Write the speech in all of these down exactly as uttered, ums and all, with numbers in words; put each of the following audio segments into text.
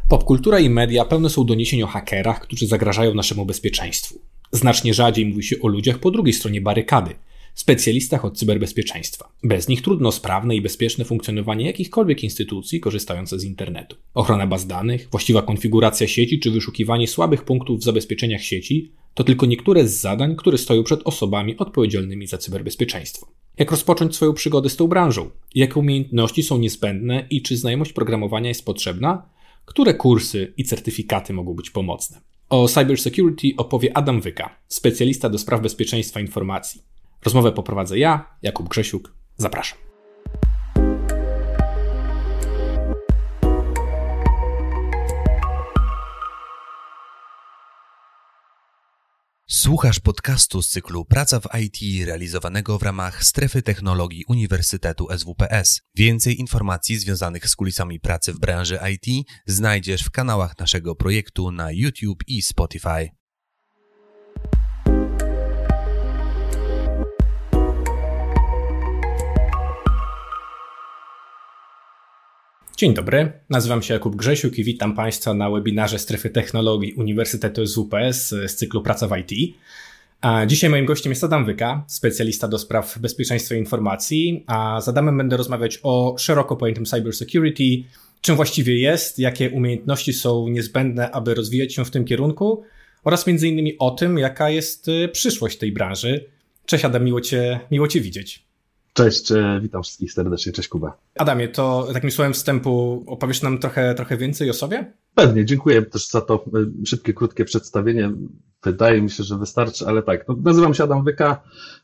Popkultura i media pełne są doniesień o hakerach, którzy zagrażają naszemu bezpieczeństwu. Znacznie rzadziej mówi się o ludziach po drugiej stronie barykady, specjalistach od cyberbezpieczeństwa. Bez nich trudno sprawne i bezpieczne funkcjonowanie jakichkolwiek instytucji korzystających z internetu. Ochrona baz danych, właściwa konfiguracja sieci czy wyszukiwanie słabych punktów w zabezpieczeniach sieci to tylko niektóre z zadań, które stoją przed osobami odpowiedzialnymi za cyberbezpieczeństwo. Jak rozpocząć swoją przygodę z tą branżą? Jakie umiejętności są niezbędne i czy znajomość programowania jest potrzebna? Które kursy i certyfikaty mogą być pomocne? O cybersecurity opowie Adam Wyka, specjalista do spraw bezpieczeństwa informacji. Rozmowę poprowadzę ja, Jakub Grzesiuk. Zapraszam. Słuchasz podcastu z cyklu Praca w I T realizowanego w ramach Strefy Technologii Uniwersytetu S W P S. Więcej informacji związanych z kulisami pracy w branży I T znajdziesz w kanałach naszego projektu na YouTube i Spotify. Dzień dobry, nazywam się Jakub Grzesiuk i witam Państwa na webinarze Strefy Technologii Uniwersytetu S W P S z cyklu Praca w I T. A dzisiaj moim gościem jest Adam Wyka, specjalista do spraw bezpieczeństwa informacji, a z Adamem będę rozmawiać o szeroko pojętym cybersecurity, czym właściwie jest, jakie umiejętności są niezbędne, aby rozwijać się w tym kierunku oraz między innymi o tym, jaka jest przyszłość tej branży. Cześć Adam, miło Cię, miło Cię widzieć. Cześć, witam wszystkich serdecznie, cześć Kuba. Adamie, to takim słowem wstępu opowiesz nam trochę, trochę więcej o sobie? Pewnie, dziękuję też za to szybkie, krótkie przedstawienie. Wydaje mi się, że wystarczy, ale tak, no, nazywam się Adam Wyka.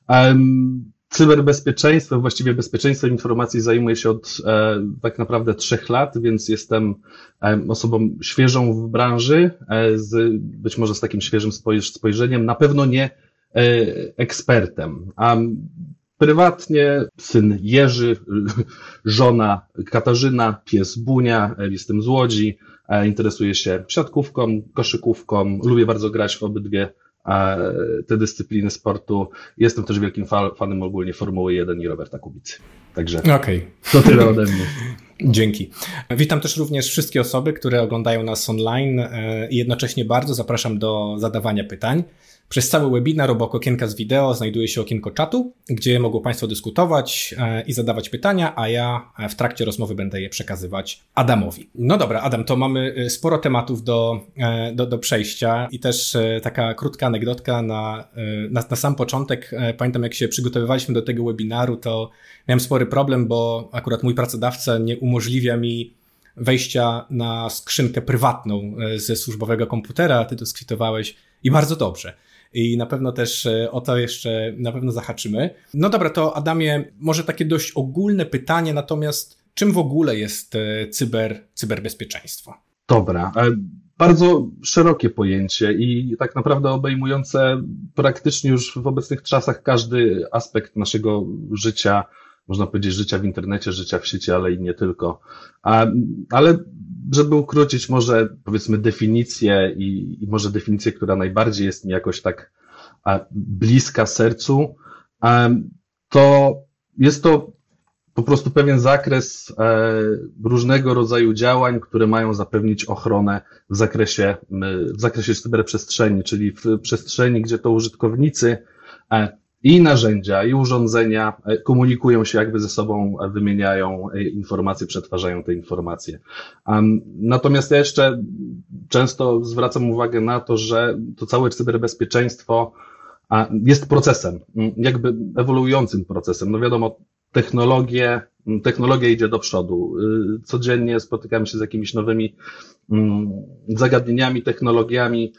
Um, cyberbezpieczeństwem, właściwie bezpieczeństwem informacji zajmuję się od e, tak naprawdę trzech lat, więc jestem e, osobą świeżą w branży, e, z, być może z takim świeżym spojrzeniem, na pewno nie e, ekspertem. Um, Prywatnie syn Jerzy, żona Katarzyna, pies Bunia, jestem z Łodzi, interesuję się siatkówką, koszykówką, lubię bardzo grać w obydwie te dyscypliny sportu. Jestem też wielkim fanem ogólnie Formuły jeden i Roberta Kubicy. Także okay. To tyle ode mnie. Dzięki. Witam też również wszystkie osoby, które oglądają nas online i jednocześnie bardzo zapraszam do zadawania pytań. Przez cały webinar obok okienka z wideo znajduje się okienko czatu, gdzie mogą Państwo dyskutować i zadawać pytania, a ja w trakcie rozmowy będę je przekazywać Adamowi. No dobra, Adam, to mamy sporo tematów do, do, do przejścia i też taka krótka anegdotka na, na, na sam początek. Pamiętam, jak się przygotowywaliśmy do tego webinaru, to miałem spory problem, bo akurat mój pracodawca nie umożliwia mi wejścia na skrzynkę prywatną ze służbowego komputera. Ty to skwitowałeś i bardzo dobrze. I na pewno też o to jeszcze na pewno zahaczymy. No dobra, to Adamie, może takie dość ogólne pytanie, natomiast czym w ogóle jest cyber, cyberbezpieczeństwo? Dobra, bardzo szerokie pojęcie i tak naprawdę obejmujące praktycznie już w obecnych czasach każdy aspekt naszego życia, można powiedzieć życia w internecie, życia w sieci, ale i nie tylko. Ale żeby ukrócić może powiedzmy definicję i, i może definicję, która najbardziej jest mi jakoś tak bliska sercu, to jest to po prostu pewien zakres różnego rodzaju działań, które mają zapewnić ochronę w zakresie, w zakresie cyberprzestrzeni, czyli w przestrzeni, gdzie to użytkownicy i narzędzia, i urządzenia komunikują się jakby ze sobą, wymieniają informacje, przetwarzają te informacje. Natomiast ja jeszcze często zwracam uwagę na to, że to całe cyberbezpieczeństwo jest procesem, jakby ewoluującym procesem. No wiadomo, technologie, technologia idzie do przodu. Codziennie spotykamy się z jakimiś nowymi zagadnieniami, technologiami.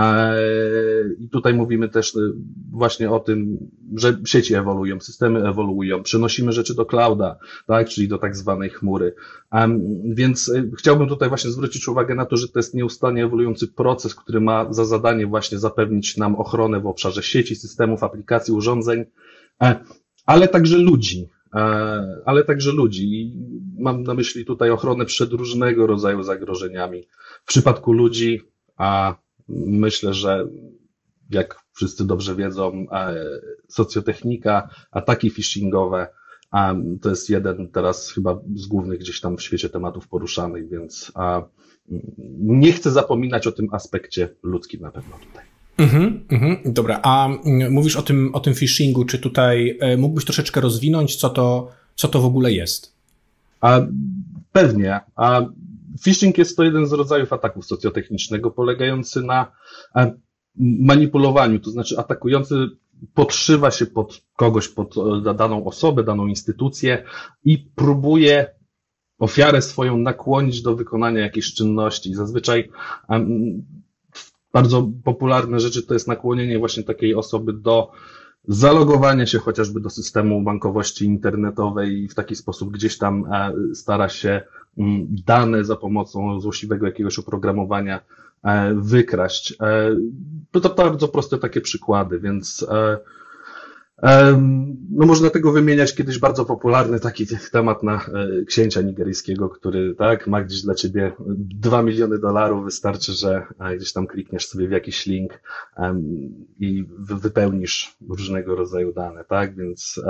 I tutaj mówimy też właśnie o tym, że sieci ewoluują, systemy ewoluują, przenosimy rzeczy do clouda, tak, czyli do tak zwanej chmury. Więc chciałbym tutaj właśnie zwrócić uwagę na to, że to jest nieustannie ewoluujący proces, który ma za zadanie właśnie zapewnić nam ochronę w obszarze sieci, systemów, aplikacji, urządzeń, ale także ludzi. Ale także ludzi. I mam na myśli tutaj ochronę przed różnego rodzaju zagrożeniami. W przypadku ludzi, a myślę, że jak wszyscy dobrze wiedzą, socjotechnika, ataki phishingowe, A to jest jeden teraz chyba z głównych gdzieś tam w świecie tematów poruszanych, więc a, nie chcę zapominać o tym aspekcie ludzkim na pewno tutaj. Mhm, mhm, dobra, a mówisz o tym, o tym phishingu, czy tutaj mógłbyś troszeczkę rozwinąć, co to, co to w ogóle jest? A, pewnie. A phishing jest to jeden z rodzajów ataków socjotechnicznego polegający na manipulowaniu, to znaczy atakujący podszywa się pod kogoś, pod daną osobę, daną instytucję i próbuje ofiarę swoją nakłonić do wykonania jakiejś czynności. Zazwyczaj um, bardzo popularne rzeczy to jest nakłonienie właśnie takiej osoby do zalogowania się chociażby do systemu bankowości internetowej i w taki sposób gdzieś tam e, stara się m, dane za pomocą złośliwego jakiegoś oprogramowania e, wykraść. E, to, to bardzo proste takie przykłady, więc e, no można tego wymieniać. Kiedyś bardzo popularny taki temat na księcia nigeryjskiego, który tak ma gdzieś dla ciebie dwa miliony dolarów, wystarczy, że gdzieś tam klikniesz sobie w jakiś link i wypełnisz różnego rodzaju dane, tak, więc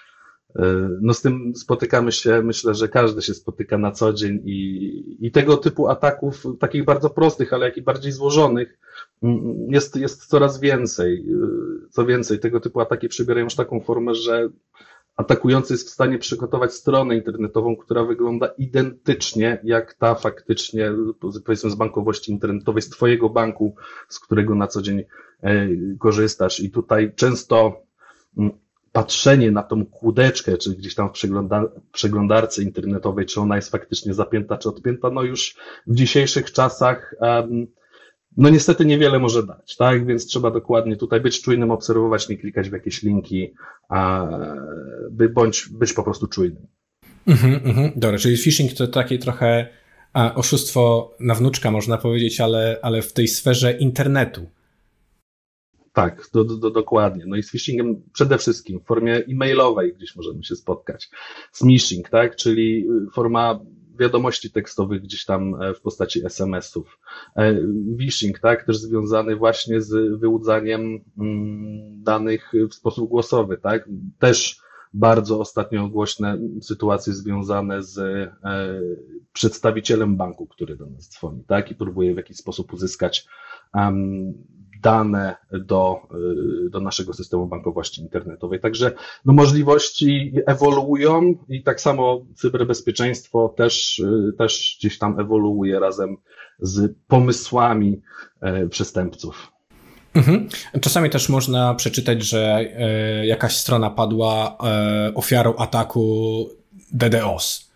no z tym spotykamy się, myślę, że każdy się spotyka na co dzień i, i tego typu ataków, takich bardzo prostych, ale jak i bardziej złożonych, jest, jest coraz więcej. Co więcej, tego typu ataki przybierają już taką formę, że atakujący jest w stanie przygotować stronę internetową, która wygląda identycznie jak ta faktycznie, powiedzmy, z bankowości internetowej, z twojego banku, z którego na co dzień korzystasz. I tutaj często patrzenie na tą kłódeczkę, czy gdzieś tam w przegląda, przeglądarce internetowej, czy ona jest faktycznie zapięta, czy odpięta, no już w dzisiejszych czasach um, no niestety niewiele może dać, tak? Więc trzeba dokładnie tutaj być czujnym, obserwować, nie klikać w jakieś linki, a by bądź być po prostu czujnym. Mhm, mhm. Dobra, czyli phishing to takie trochę a, oszustwo na wnuczka, można powiedzieć, ale, ale w tej sferze internetu. Tak, do, do, dokładnie. No i z phishingiem przede wszystkim w formie e-mailowej gdzieś możemy się spotkać. Smishing, tak? Czyli forma wiadomości tekstowych gdzieś tam w postaci es em esów. Phishing, tak? Też związany właśnie z wyłudzaniem danych w sposób głosowy, tak? Też bardzo ostatnio głośne sytuacje związane z przedstawicielem banku, który do nas dzwoni, tak? I próbuje w jakiś sposób uzyskać um, dane do, do naszego systemu bankowości internetowej. Także no, możliwości ewoluują i tak samo cyberbezpieczeństwo też, też gdzieś tam ewoluuje razem z pomysłami przestępców. Mhm. Czasami też można przeczytać, że jakaś strona padła ofiarą ataku DDoS.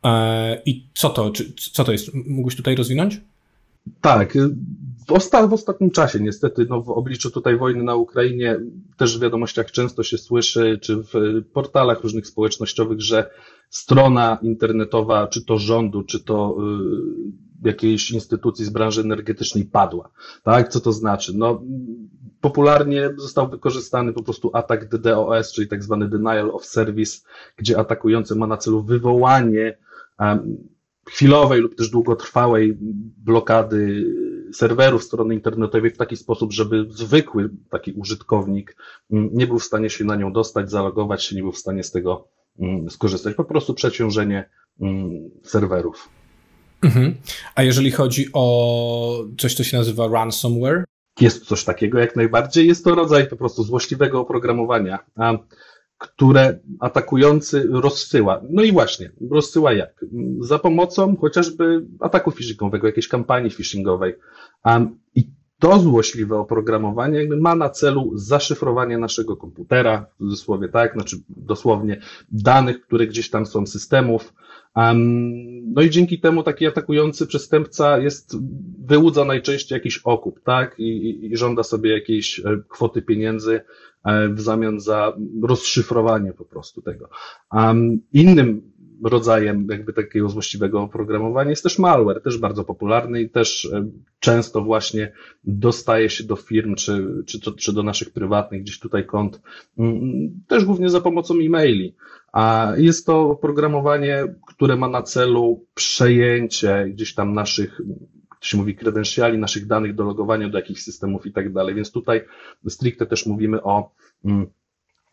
I co to, czy, co to jest? Mógłbyś tutaj rozwinąć? Tak, w, osta- w ostatnim czasie niestety, no w obliczu tutaj wojny na Ukrainie, też w wiadomościach często się słyszy, czy w portalach różnych społecznościowych, że strona internetowa, czy to rządu, czy to y, jakiejś instytucji z branży energetycznej padła. Tak, co to znaczy? No, popularnie został wykorzystany po prostu atak D D o S, czyli tak zwany denial of service, gdzie atakujący ma na celu wywołanie um, chwilowej lub też długotrwałej blokady serwerów strony internetowej w taki sposób, żeby zwykły taki użytkownik nie był w stanie się na nią dostać, zalogować się, nie był w stanie z tego skorzystać. Po prostu przeciążenie serwerów. Mhm. A jeżeli chodzi o coś, co się nazywa ransomware? Jest coś takiego jak najbardziej. Jest to rodzaj po prostu złośliwego oprogramowania, a które atakujący rozsyła. No i właśnie, rozsyła jak? Za pomocą chociażby ataku phishingowego, jakiejś kampanii phishingowej. Um, I to złośliwe oprogramowanie jakby ma na celu zaszyfrowanie naszego komputera, w cudzysłowie, tak, znaczy dosłownie danych, które gdzieś tam są systemów. Um, no i dzięki temu taki atakujący przestępca jest, wyłudza najczęściej jakiś okup, tak, i, i, i żąda sobie jakiejś kwoty pieniędzy w zamian za rozszyfrowanie po prostu tego. Um, innym rodzajem jakby takiego złośliwego oprogramowania jest też malware, też bardzo popularny i też często właśnie dostaje się do firm, czy, czy, czy do naszych prywatnych gdzieś tutaj kont, też głównie za pomocą e-maili. A jest to oprogramowanie, które ma na celu przejęcie gdzieś tam naszych, to się mówi, kredensiali, naszych danych do logowania do jakichś systemów i tak dalej. Więc tutaj stricte też mówimy o mm,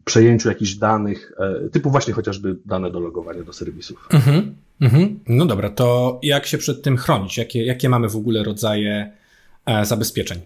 przejęciu jakichś danych, typu właśnie chociażby dane do logowania do serwisów. Mhm, mhm. No dobra, to jak się przed tym chronić? Jakie, jakie mamy w ogóle rodzaje e, zabezpieczeń?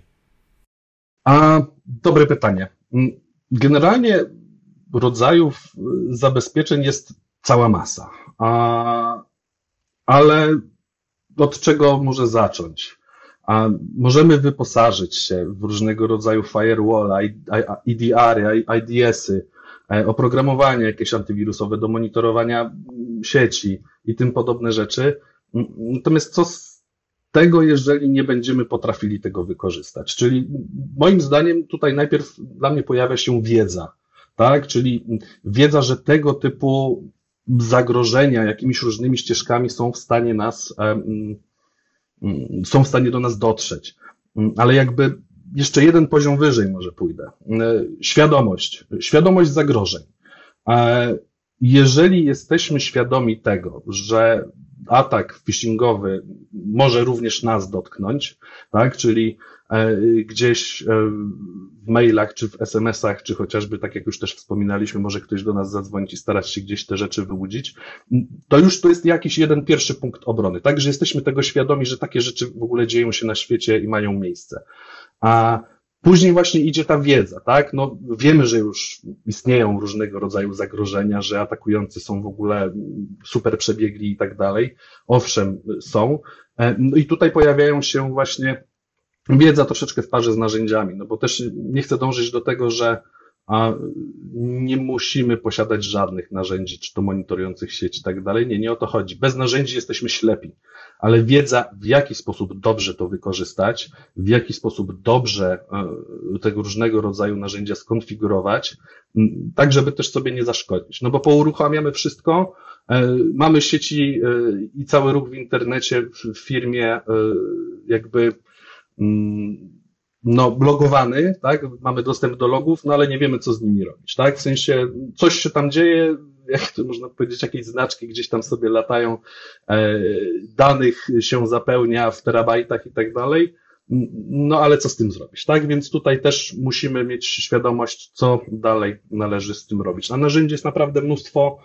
A, dobre pytanie. Generalnie rodzajów zabezpieczeń jest cała masa, a, ale od czego może zacząć? A możemy wyposażyć się w różnego rodzaju firewall, E D R, I D S-y, oprogramowanie jakieś antywirusowe do monitorowania sieci i tym podobne rzeczy. Natomiast co z tego, jeżeli nie będziemy potrafili tego wykorzystać? Czyli moim zdaniem tutaj najpierw dla mnie pojawia się wiedza, tak? Czyli wiedza, że tego typu zagrożenia jakimiś różnymi ścieżkami są w stanie nas, są w stanie do nas dotrzeć. Ale jakby jeszcze jeden poziom wyżej może pójdę. Świadomość, świadomość zagrożeń. Jeżeli jesteśmy świadomi tego, że atak phishingowy może również nas dotknąć, tak, czyli gdzieś w mailach, czy w es em esach, czy chociażby, tak jak już też wspominaliśmy, może ktoś do nas zadzwonić i starać się gdzieś te rzeczy wyłudzić, to już to jest jakiś jeden pierwszy punkt obrony, tak, że jesteśmy tego świadomi, że takie rzeczy w ogóle dzieją się na świecie i mają miejsce. A później właśnie idzie ta wiedza, tak? No, wiemy, że już istnieją różnego rodzaju zagrożenia, że atakujący są w ogóle super przebiegli i tak dalej. Owszem, są. No i tutaj pojawiają się właśnie wiedza troszeczkę w parze z narzędziami, no bo też nie chcę dążyć do tego, że a nie musimy posiadać żadnych narzędzi, czy to monitorujących sieć i tak dalej. Nie, nie o to chodzi. Bez narzędzi jesteśmy ślepi, ale wiedza, w jaki sposób dobrze to wykorzystać, w jaki sposób dobrze tego różnego rodzaju narzędzia skonfigurować, tak żeby też sobie nie zaszkodzić. No bo pouruchamiamy wszystko, mamy sieci i cały ruch w internecie, w firmie jakby no, logowany, tak, mamy dostęp do logów, no ale nie wiemy, co z nimi robić, tak, w sensie coś się tam dzieje, jak to można powiedzieć, jakieś znaczki gdzieś tam sobie latają, e, danych się zapełnia w terabajtach i tak dalej, no ale co z tym zrobić, tak, więc tutaj też musimy mieć świadomość, co dalej należy z tym robić. A narzędzi jest naprawdę mnóstwo.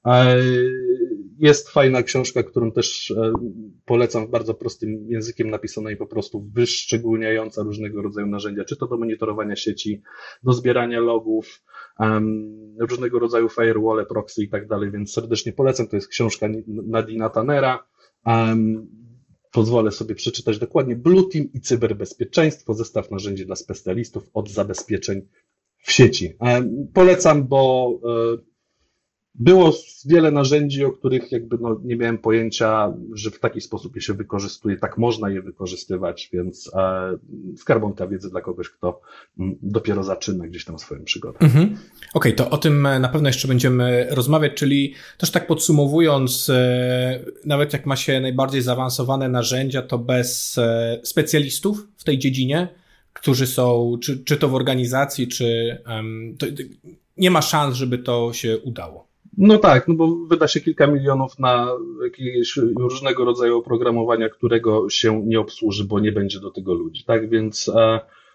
Jest fajna książka, którą też polecam, w bardzo prostym językiem napisana i po prostu wyszczególniająca różnego rodzaju narzędzia, czy to do monitorowania sieci, do zbierania logów, um, różnego rodzaju firewall, proxy i tak dalej, więc serdecznie polecam. To jest książka Nadina Tannera. Um, pozwolę sobie przeczytać dokładnie. Blue Team i cyberbezpieczeństwo, zestaw narzędzi dla specjalistów od zabezpieczeń w sieci. Um, polecam, bo um, było wiele narzędzi, o których jakby no nie miałem pojęcia, że w taki sposób je się wykorzystuje, tak można je wykorzystywać, więc e, skarbonka wiedzy dla kogoś, kto m, dopiero zaczyna gdzieś tam swoją przygodę. Mhm. Okej, okay, to o tym na pewno jeszcze będziemy rozmawiać, czyli też tak podsumowując, e, nawet jak ma się najbardziej zaawansowane narzędzia, to bez e, specjalistów w tej dziedzinie, którzy są, czy, czy to w organizacji, czy um, to, nie ma szans, żeby to się udało. No tak, no bo wyda się kilka milionów na jakieś różnego rodzaju oprogramowania, którego się nie obsłuży, bo nie będzie do tego ludzi, tak, więc e,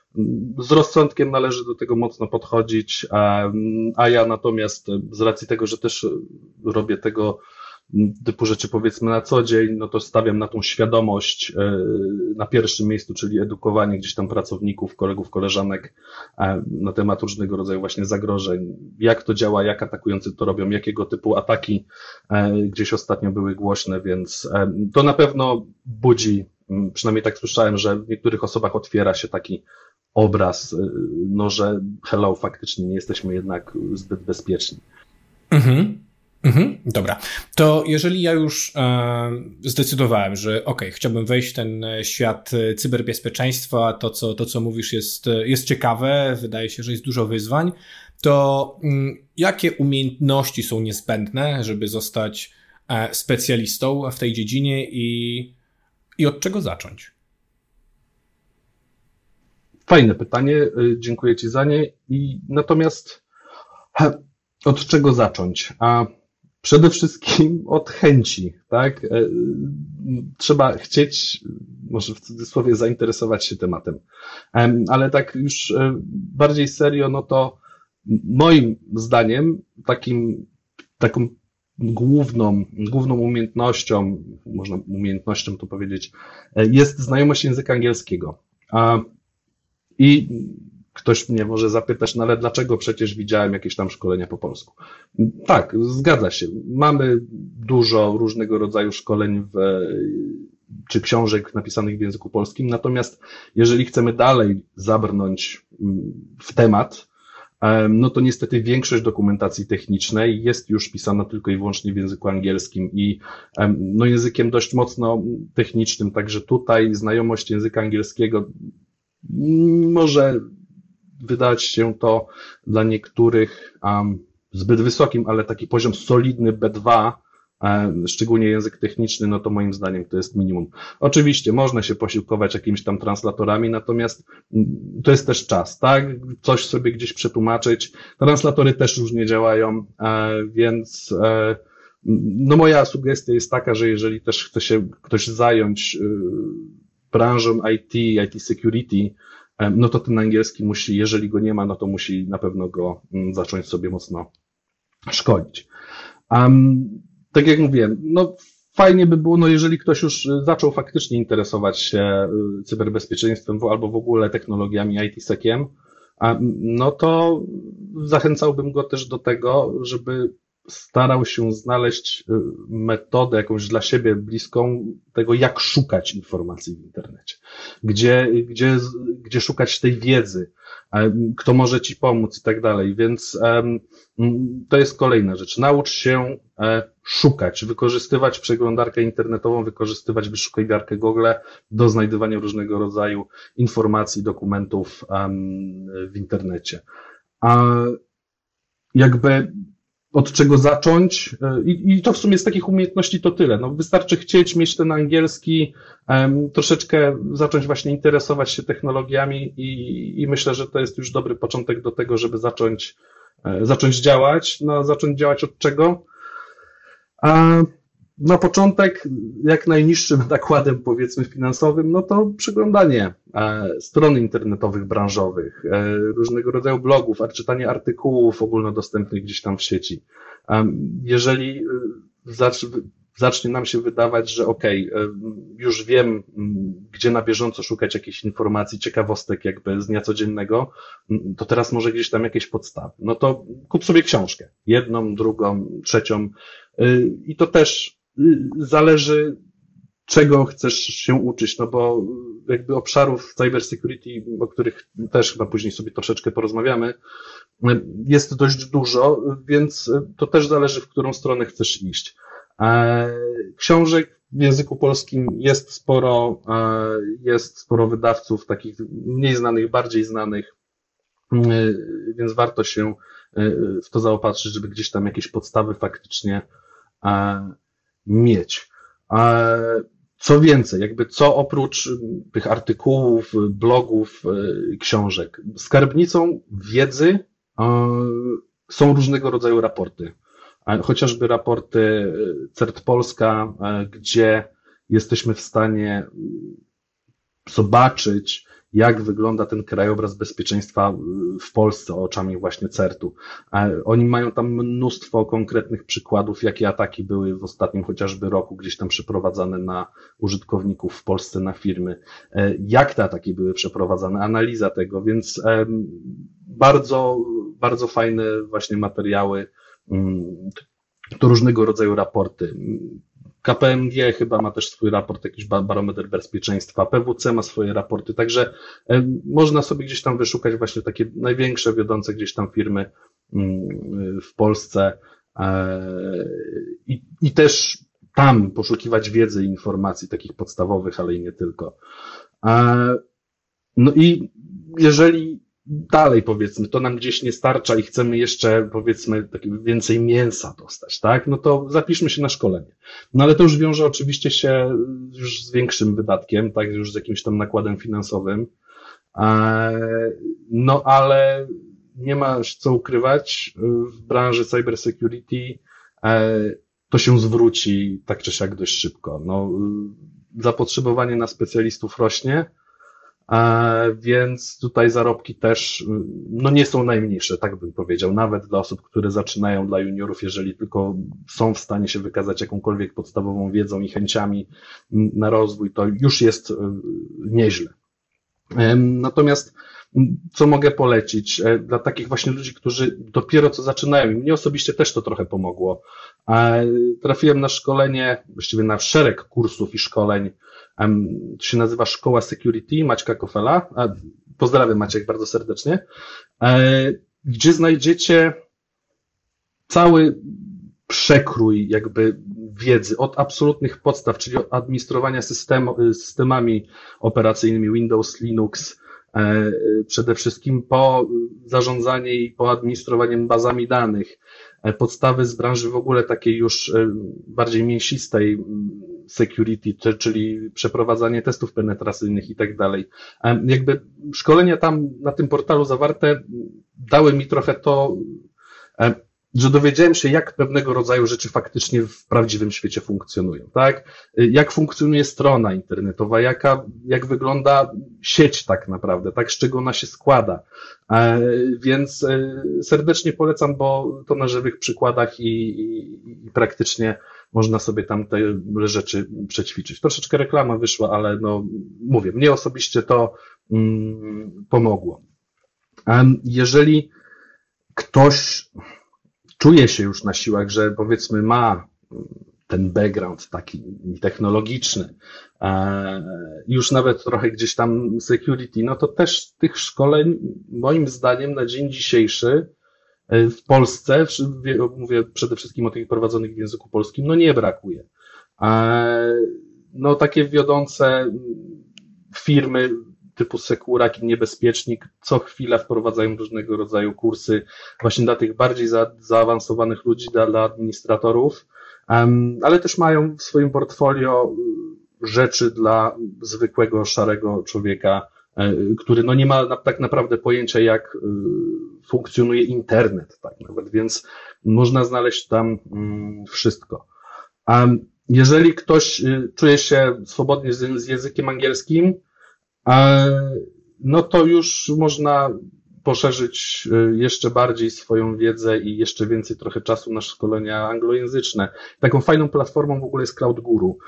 z rozsądkiem należy do tego mocno podchodzić, a, a ja natomiast z racji tego, że też robię tego typu rzeczy powiedzmy na co dzień, no to stawiam na tą świadomość na pierwszym miejscu, czyli edukowanie gdzieś tam pracowników, kolegów, koleżanek na temat różnego rodzaju właśnie zagrożeń, jak to działa, jak atakujący to robią, jakiego typu ataki gdzieś ostatnio były głośne, więc to na pewno budzi, przynajmniej tak słyszałem, że w niektórych osobach otwiera się taki obraz, no że hello, faktycznie nie jesteśmy jednak zbyt bezpieczni. Mhm. Mhm, dobra. To jeżeli ja już e, zdecydowałem, że ok, chciałbym wejść w ten świat cyberbezpieczeństwa, to co, to co mówisz jest, jest ciekawe, wydaje się, że jest dużo wyzwań, to m, jakie umiejętności są niezbędne, żeby zostać e, specjalistą w tej dziedzinie i, i od czego zacząć? Fajne pytanie, dziękuję Ci za nie. I natomiast od czego zacząć? A przede wszystkim od chęci, tak? Trzeba chcieć, może w cudzysłowie, zainteresować się tematem. Ale tak już bardziej serio, no to moim zdaniem takim, taką główną, główną umiejętnością, można umiejętnością to powiedzieć, jest znajomość języka angielskiego. I ktoś mnie może zapytać, no ale dlaczego przecież widziałem jakieś tam szkolenia po polsku? Tak, zgadza się. Mamy dużo różnego rodzaju szkoleń w, czy książek napisanych w języku polskim, natomiast jeżeli chcemy dalej zabrnąć w temat, no to niestety większość dokumentacji technicznej jest już pisana tylko i wyłącznie w języku angielskim i no językiem dość mocno technicznym, także tutaj znajomość języka angielskiego może wydać się to dla niektórych um, zbyt wysokim, ale taki poziom solidny B dwa, um, szczególnie język techniczny, no to moim zdaniem to jest minimum. Oczywiście można się posiłkować jakimiś tam translatorami, natomiast to jest też czas, tak? Coś sobie gdzieś przetłumaczyć. Translatory też różnie działają, e, więc e, no moja sugestia jest taka, że jeżeli też chce się ktoś zająć e, branżą I T, I T security, no to ten angielski musi, jeżeli go nie ma, no to musi na pewno go zacząć sobie mocno szkolić. Um, tak jak mówiłem, no fajnie by było, no jeżeli ktoś już zaczął faktycznie interesować się cyberbezpieczeństwem albo w ogóle technologiami I T seciem, no to zachęcałbym go też do tego, żeby starał się znaleźć metodę jakąś dla siebie bliską tego, jak szukać informacji w internecie, gdzie, gdzie, gdzie szukać tej wiedzy, kto może ci pomóc i tak dalej, więc um, to jest kolejna rzecz. Naucz się szukać, wykorzystywać przeglądarkę internetową, wykorzystywać wyszukiwarkę Google do znajdywania różnego rodzaju informacji, dokumentów um, w internecie. A jakby od czego zacząć I, i to w sumie z takich umiejętności to tyle. No, wystarczy chcieć mieć ten angielski, um, troszeczkę zacząć właśnie interesować się technologiami i, i myślę, że to jest już dobry początek do tego, żeby zacząć, e, zacząć działać. No, zacząć działać od czego? A na początek, jak najniższym nakładem, powiedzmy, finansowym, no to przeglądanie e, stron internetowych, branżowych, e, różnego rodzaju blogów, a czytanie artykułów ogólnodostępnych gdzieś tam w sieci. E, jeżeli zacz, zacznie nam się wydawać, że okej, okay, już wiem, gdzie na bieżąco szukać jakichś informacji, ciekawostek jakby z dnia codziennego, to teraz może gdzieś tam jakieś podstawy. No to kup sobie książkę. Jedną, drugą, trzecią. I to też zależy, czego chcesz się uczyć, no bo jakby obszarów cybersecurity, o których też chyba później sobie troszeczkę porozmawiamy, jest dość dużo, więc to też zależy, w którą stronę chcesz iść. Książek w języku polskim jest sporo, jest sporo wydawców, takich mniej znanych, bardziej znanych, więc warto się w to zaopatrzyć, żeby gdzieś tam jakieś podstawy faktycznie mieć. Co więcej, jakby co oprócz tych artykułów, blogów, książek, skarbnicą wiedzy są różnego rodzaju raporty. Chociażby raporty CERT Polska, gdzie jesteśmy w stanie zobaczyć, jak wygląda ten krajobraz bezpieczeństwa w Polsce oczami właśnie certu. Oni mają tam mnóstwo konkretnych przykładów, jakie ataki były w ostatnim chociażby roku gdzieś tam przeprowadzane na użytkowników w Polsce, na firmy. Jak te ataki były przeprowadzane, analiza tego, więc bardzo, bardzo fajne właśnie materiały, to różnego rodzaju raporty. K P M G chyba ma też swój raport, jakiś barometr bezpieczeństwa, P W C ma swoje raporty, także można sobie gdzieś tam wyszukać właśnie takie największe, wiodące gdzieś tam firmy w Polsce i, i też tam poszukiwać wiedzy i informacji takich podstawowych, ale i nie tylko. No i jeżeli dalej, powiedzmy, to nam gdzieś nie starcza i chcemy jeszcze, powiedzmy, takie więcej mięsa dostać, tak? No to zapiszmy się na szkolenie. No ale to już wiąże oczywiście się już z większym wydatkiem, tak? Już z jakimś tam nakładem finansowym. No ale nie ma co ukrywać, w branży cybersecurity to się zwróci tak czy siak dość szybko. No, zapotrzebowanie na specjalistów rośnie. więc tutaj zarobki też no nie są najmniejsze, tak bym powiedział, nawet dla osób, które zaczynają, dla juniorów, jeżeli tylko są w stanie się wykazać jakąkolwiek podstawową wiedzą i chęciami na rozwój, to już jest nieźle. Natomiast co mogę polecić dla takich właśnie ludzi, którzy dopiero co zaczynają, i mnie osobiście też to trochę pomogło. Trafiłem na szkolenie, właściwie na szereg kursów i szkoleń, to się nazywa Szkoła Security Maćka Kofela. Pozdrawiam Maciek bardzo serdecznie, gdzie znajdziecie cały przekrój jakby wiedzy od absolutnych podstaw, czyli od administrowania system, systemami operacyjnymi Windows, Linux, przede wszystkim po zarządzanie i po administrowaniem bazami danych, podstawy z branży w ogóle takiej już bardziej mięsistej security, czyli przeprowadzanie testów penetracyjnych i tak dalej. Jakby szkolenia tam na tym portalu zawarte dały mi trochę to, że dowiedziałem się, jak pewnego rodzaju rzeczy faktycznie w prawdziwym świecie funkcjonują, tak? Jak funkcjonuje strona internetowa, jaka, jak wygląda sieć tak naprawdę, tak? Z czego ona się składa. Więc serdecznie polecam, bo to na żywych przykładach i, i, i praktycznie można sobie tam te rzeczy przećwiczyć. Troszeczkę reklama wyszła, ale no mówię, mnie osobiście to mm, pomogło. Jeżeli ktoś czuje się już na siłach, że powiedzmy ma ten background taki technologiczny, już nawet trochę gdzieś tam security, no to też tych szkoleń moim zdaniem na dzień dzisiejszy w Polsce, mówię przede wszystkim o tych prowadzonych w języku polskim, no nie brakuje. No takie wiodące firmy typu Sekurak i Niebezpiecznik co chwila wprowadzają różnego rodzaju kursy właśnie dla tych bardziej za, zaawansowanych ludzi, dla, dla administratorów, um, ale też mają w swoim portfolio rzeczy dla zwykłego, szarego człowieka, który no nie ma na, tak naprawdę pojęcia, jak funkcjonuje internet, tak nawet, więc można znaleźć tam um, wszystko. Um, jeżeli ktoś czuje się swobodnie z, z językiem angielskim, no to już można poszerzyć jeszcze bardziej swoją wiedzę i jeszcze więcej trochę czasu na szkolenia anglojęzyczne. Taką fajną platformą w ogóle jest CloudGuru.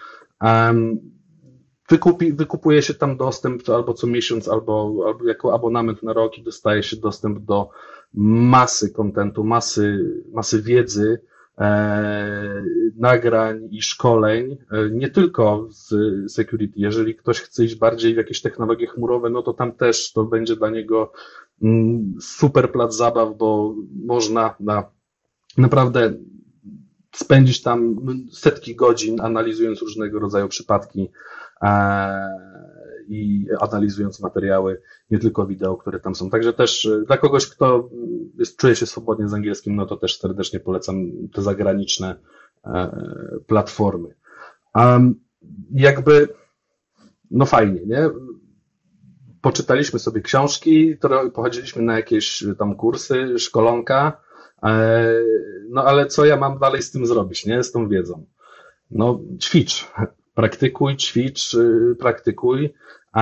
Wykupi, wykupuje się tam dostęp albo co miesiąc, albo, albo jako abonament na rok i dostaje się dostęp do masy kontentu, masy, masy wiedzy, E, nagrań i szkoleń, e, nie tylko z security. Jeżeli ktoś chce iść bardziej w jakieś technologie chmurowe, no to tam też to będzie dla niego mm, super plac zabaw, bo można na, naprawdę spędzić tam setki godzin analizując różnego rodzaju przypadki e, i analizując materiały, nie tylko wideo, które tam są. Także też dla kogoś, kto jest, czuje się swobodnie z angielskim, no to też serdecznie polecam te zagraniczne e, platformy. Um, jakby, no fajnie, nie? Poczytaliśmy sobie książki, pochodziliśmy na jakieś tam kursy, szkolonka, e, no ale co ja mam dalej z tym zrobić, nie? Z tą wiedzą? No ćwicz, praktykuj, ćwicz, praktykuj.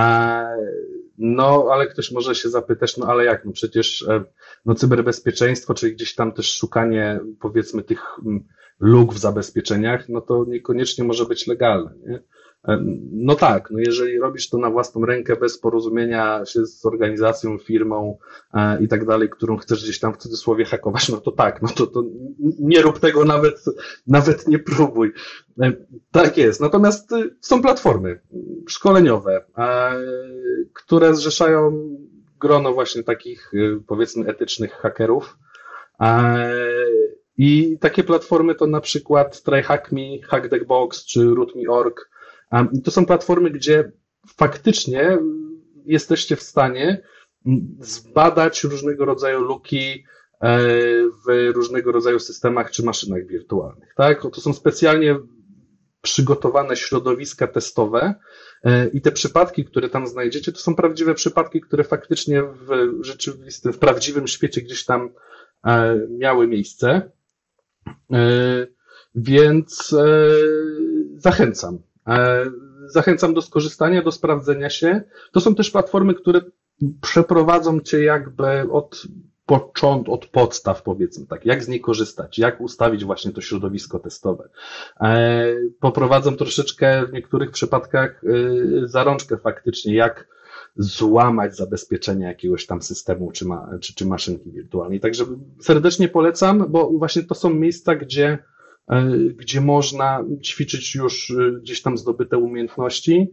No, ale ktoś może się zapytać, no ale jak, no przecież no cyberbezpieczeństwo, czyli gdzieś tam też szukanie, powiedzmy, tych luk w zabezpieczeniach, no to niekoniecznie może być legalne, nie? No tak, no jeżeli robisz to na własną rękę, bez porozumienia się z organizacją, firmą e, i tak dalej, którą chcesz gdzieś tam w cudzysłowie hakować, no to tak, no to, to nie rób tego, nawet, nawet nie próbuj. E, tak jest. Natomiast y, są platformy szkoleniowe, e, które zrzeszają grono właśnie takich, y, powiedzmy, etycznych hakerów. E, I takie platformy to na przykład TryHackMe, HackTheBox czy rootme kropka org. To są platformy, gdzie faktycznie jesteście w stanie zbadać różnego rodzaju luki w różnego rodzaju systemach czy maszynach wirtualnych. Tak? To są specjalnie przygotowane środowiska testowe i te przypadki, które tam znajdziecie, to są prawdziwe przypadki, które faktycznie w rzeczywistym, w prawdziwym świecie gdzieś tam miały miejsce. Więc zachęcam. zachęcam do skorzystania, do sprawdzenia się. To są też platformy, które przeprowadzą cię jakby od początku, od podstaw, powiedzmy tak, jak z niej korzystać, jak ustawić właśnie to środowisko testowe. Poprowadzą troszeczkę w niektórych przypadkach za rączkę faktycznie, jak złamać zabezpieczenia jakiegoś tam systemu czy, ma, czy, czy maszynki wirtualnej. Także serdecznie polecam, bo właśnie to są miejsca, gdzie, gdzie można ćwiczyć już gdzieś tam zdobyte umiejętności.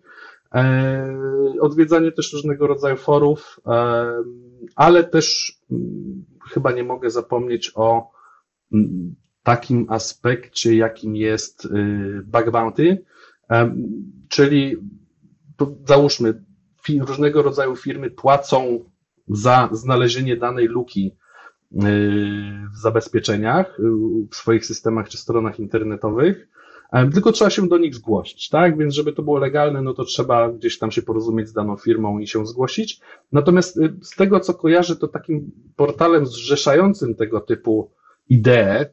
Odwiedzanie też różnego rodzaju forów, ale też chyba nie mogę zapomnieć o takim aspekcie, jakim jest bug bounty, czyli załóżmy, różnego rodzaju firmy płacą za znalezienie danej luki w zabezpieczeniach, w swoich systemach czy stronach internetowych, tylko trzeba się do nich zgłosić, tak? Więc żeby to było legalne, no to trzeba gdzieś tam się porozumieć z daną firmą i się zgłosić. Natomiast z tego, co kojarzę, to takim portalem zrzeszającym tego typu idee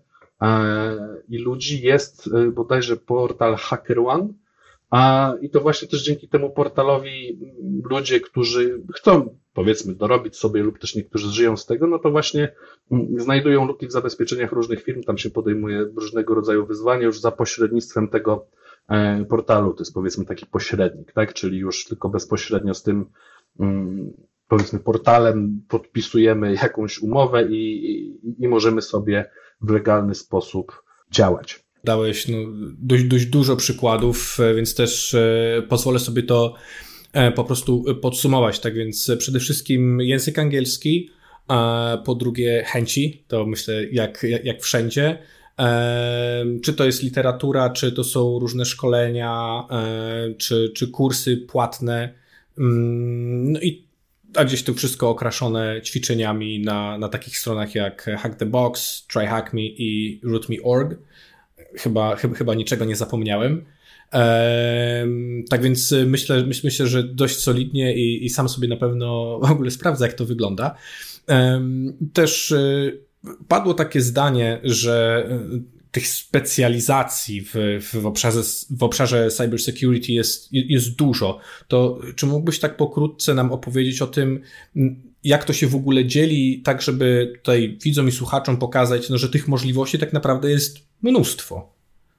i ludzi jest bodajże portal HackerOne. A, I to właśnie też dzięki temu portalowi ludzie, którzy chcą, powiedzmy, dorobić sobie lub też niektórzy żyją z tego, no to właśnie znajdują luki w zabezpieczeniach różnych firm, tam się podejmuje różnego rodzaju wyzwania już za pośrednictwem tego portalu. To jest, powiedzmy, taki pośrednik, tak? Czyli już tylko bezpośrednio z tym, powiedzmy, portalem podpisujemy jakąś umowę i, i, i możemy sobie w legalny sposób działać. Dałeś no, dość, dość dużo przykładów, więc też e, pozwolę sobie to e, po prostu podsumować. Tak więc przede wszystkim język angielski, a po drugie chęci, to myślę jak, jak, jak wszędzie. E, czy to jest literatura, czy to są różne szkolenia, e, czy, czy kursy płatne. Mm, no i a gdzieś to wszystko okraszone ćwiczeniami na, na takich stronach jak Hack the Box, Try Hack Me i root me kropka org. Chyba, chyba, chyba niczego nie zapomniałem. Ehm, tak więc myślę, myśl, myślę, że dość solidnie i, i sam sobie na pewno w ogóle sprawdzę, jak to wygląda. Ehm, też y, padło takie zdanie, że y, tych specjalizacji w, w, obszarze, w obszarze cybersecurity jest, jest dużo. To czy mógłbyś tak pokrótce nam opowiedzieć o tym, jak to się w ogóle dzieli, tak żeby tutaj widzom i słuchaczom pokazać, no, że tych możliwości tak naprawdę jest mnóstwo.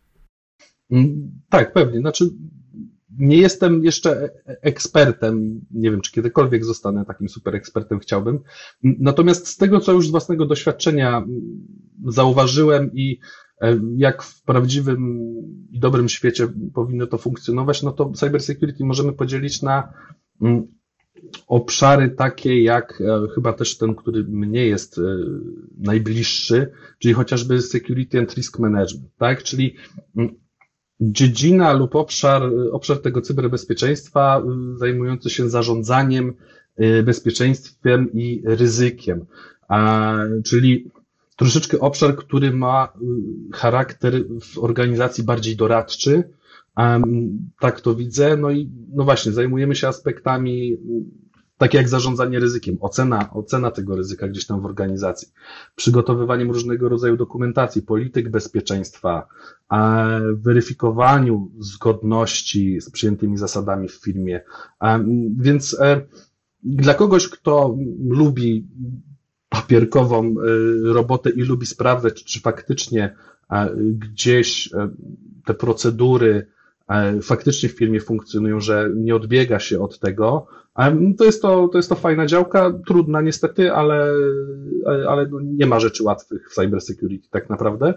Tak, pewnie. Znaczy, nie jestem jeszcze ekspertem, nie wiem, czy kiedykolwiek zostanę takim super ekspertem, chciałbym. Natomiast z tego, co już z własnego doświadczenia zauważyłem i jak w prawdziwym i dobrym świecie powinno to funkcjonować, no to cybersecurity możemy podzielić na obszary takie jak chyba też ten, który mnie jest najbliższy, czyli chociażby security and risk management, tak? Czyli dziedzina lub obszar, obszar tego cyberbezpieczeństwa zajmujący się zarządzaniem bezpieczeństwem i ryzykiem, a, czyli troszeczkę obszar, który ma charakter w organizacji bardziej doradczy, um, tak to widzę, no i no właśnie, zajmujemy się aspektami takie jak zarządzanie ryzykiem, ocena, ocena tego ryzyka gdzieś tam w organizacji, przygotowywaniem różnego rodzaju dokumentacji, polityk bezpieczeństwa, a weryfikowaniu zgodności z przyjętymi zasadami w firmie. Um, więc e, dla kogoś, kto lubi papierkową robotę i lubi sprawdzać, czy faktycznie gdzieś te procedury faktycznie w firmie funkcjonują, że nie odbiega się od tego, to jest to, to jest to fajna działka, trudna niestety, ale, ale nie ma rzeczy łatwych w cybersecurity tak naprawdę.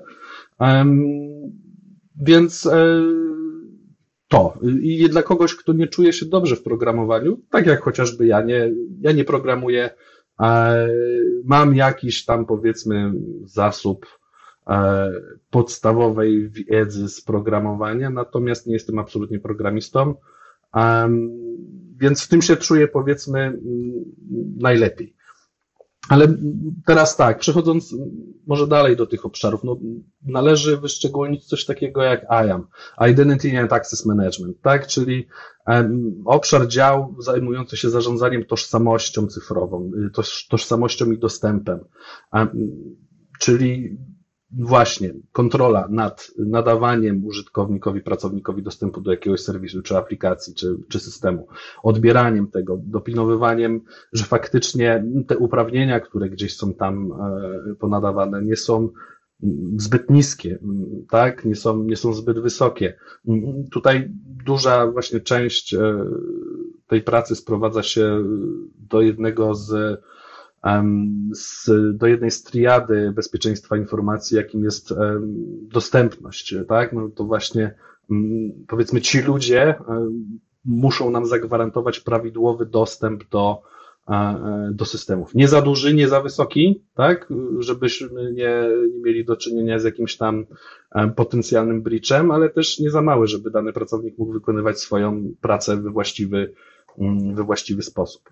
Więc to. I dla kogoś, kto nie czuje się dobrze w programowaniu, tak jak chociażby ja nie, ja nie programuję, mam jakiś tam, powiedzmy, zasób podstawowej wiedzy z programowania, natomiast nie jestem absolutnie programistą, więc w tym się czuję, powiedzmy, najlepiej. Ale teraz tak, przechodząc może dalej do tych obszarów, no, należy wyszczególnić coś takiego jak I A M, Identity and Access Management, tak, czyli um, obszar dział zajmujący się zarządzaniem tożsamością cyfrową, toż, tożsamością i dostępem, um, czyli właśnie kontrola nad nadawaniem użytkownikowi, pracownikowi dostępu do jakiegoś serwisu, czy aplikacji, czy, czy systemu, odbieraniem tego, dopilnowywaniem, że faktycznie te uprawnienia, które gdzieś są tam ponadawane, nie są zbyt niskie, tak? Nie są, nie są zbyt wysokie. Tutaj duża właśnie część tej pracy sprowadza się do jednego z, z do jednej z triady bezpieczeństwa informacji, jakim jest dostępność, tak? No to właśnie powiedzmy ci ludzie muszą nam zagwarantować prawidłowy dostęp do do systemów. Nie za duży, nie za wysoki, tak, żebyśmy nie, nie mieli do czynienia z jakimś tam potencjalnym breachem, ale też nie za mały, żeby dany pracownik mógł wykonywać swoją pracę we właściwy, we właściwy sposób.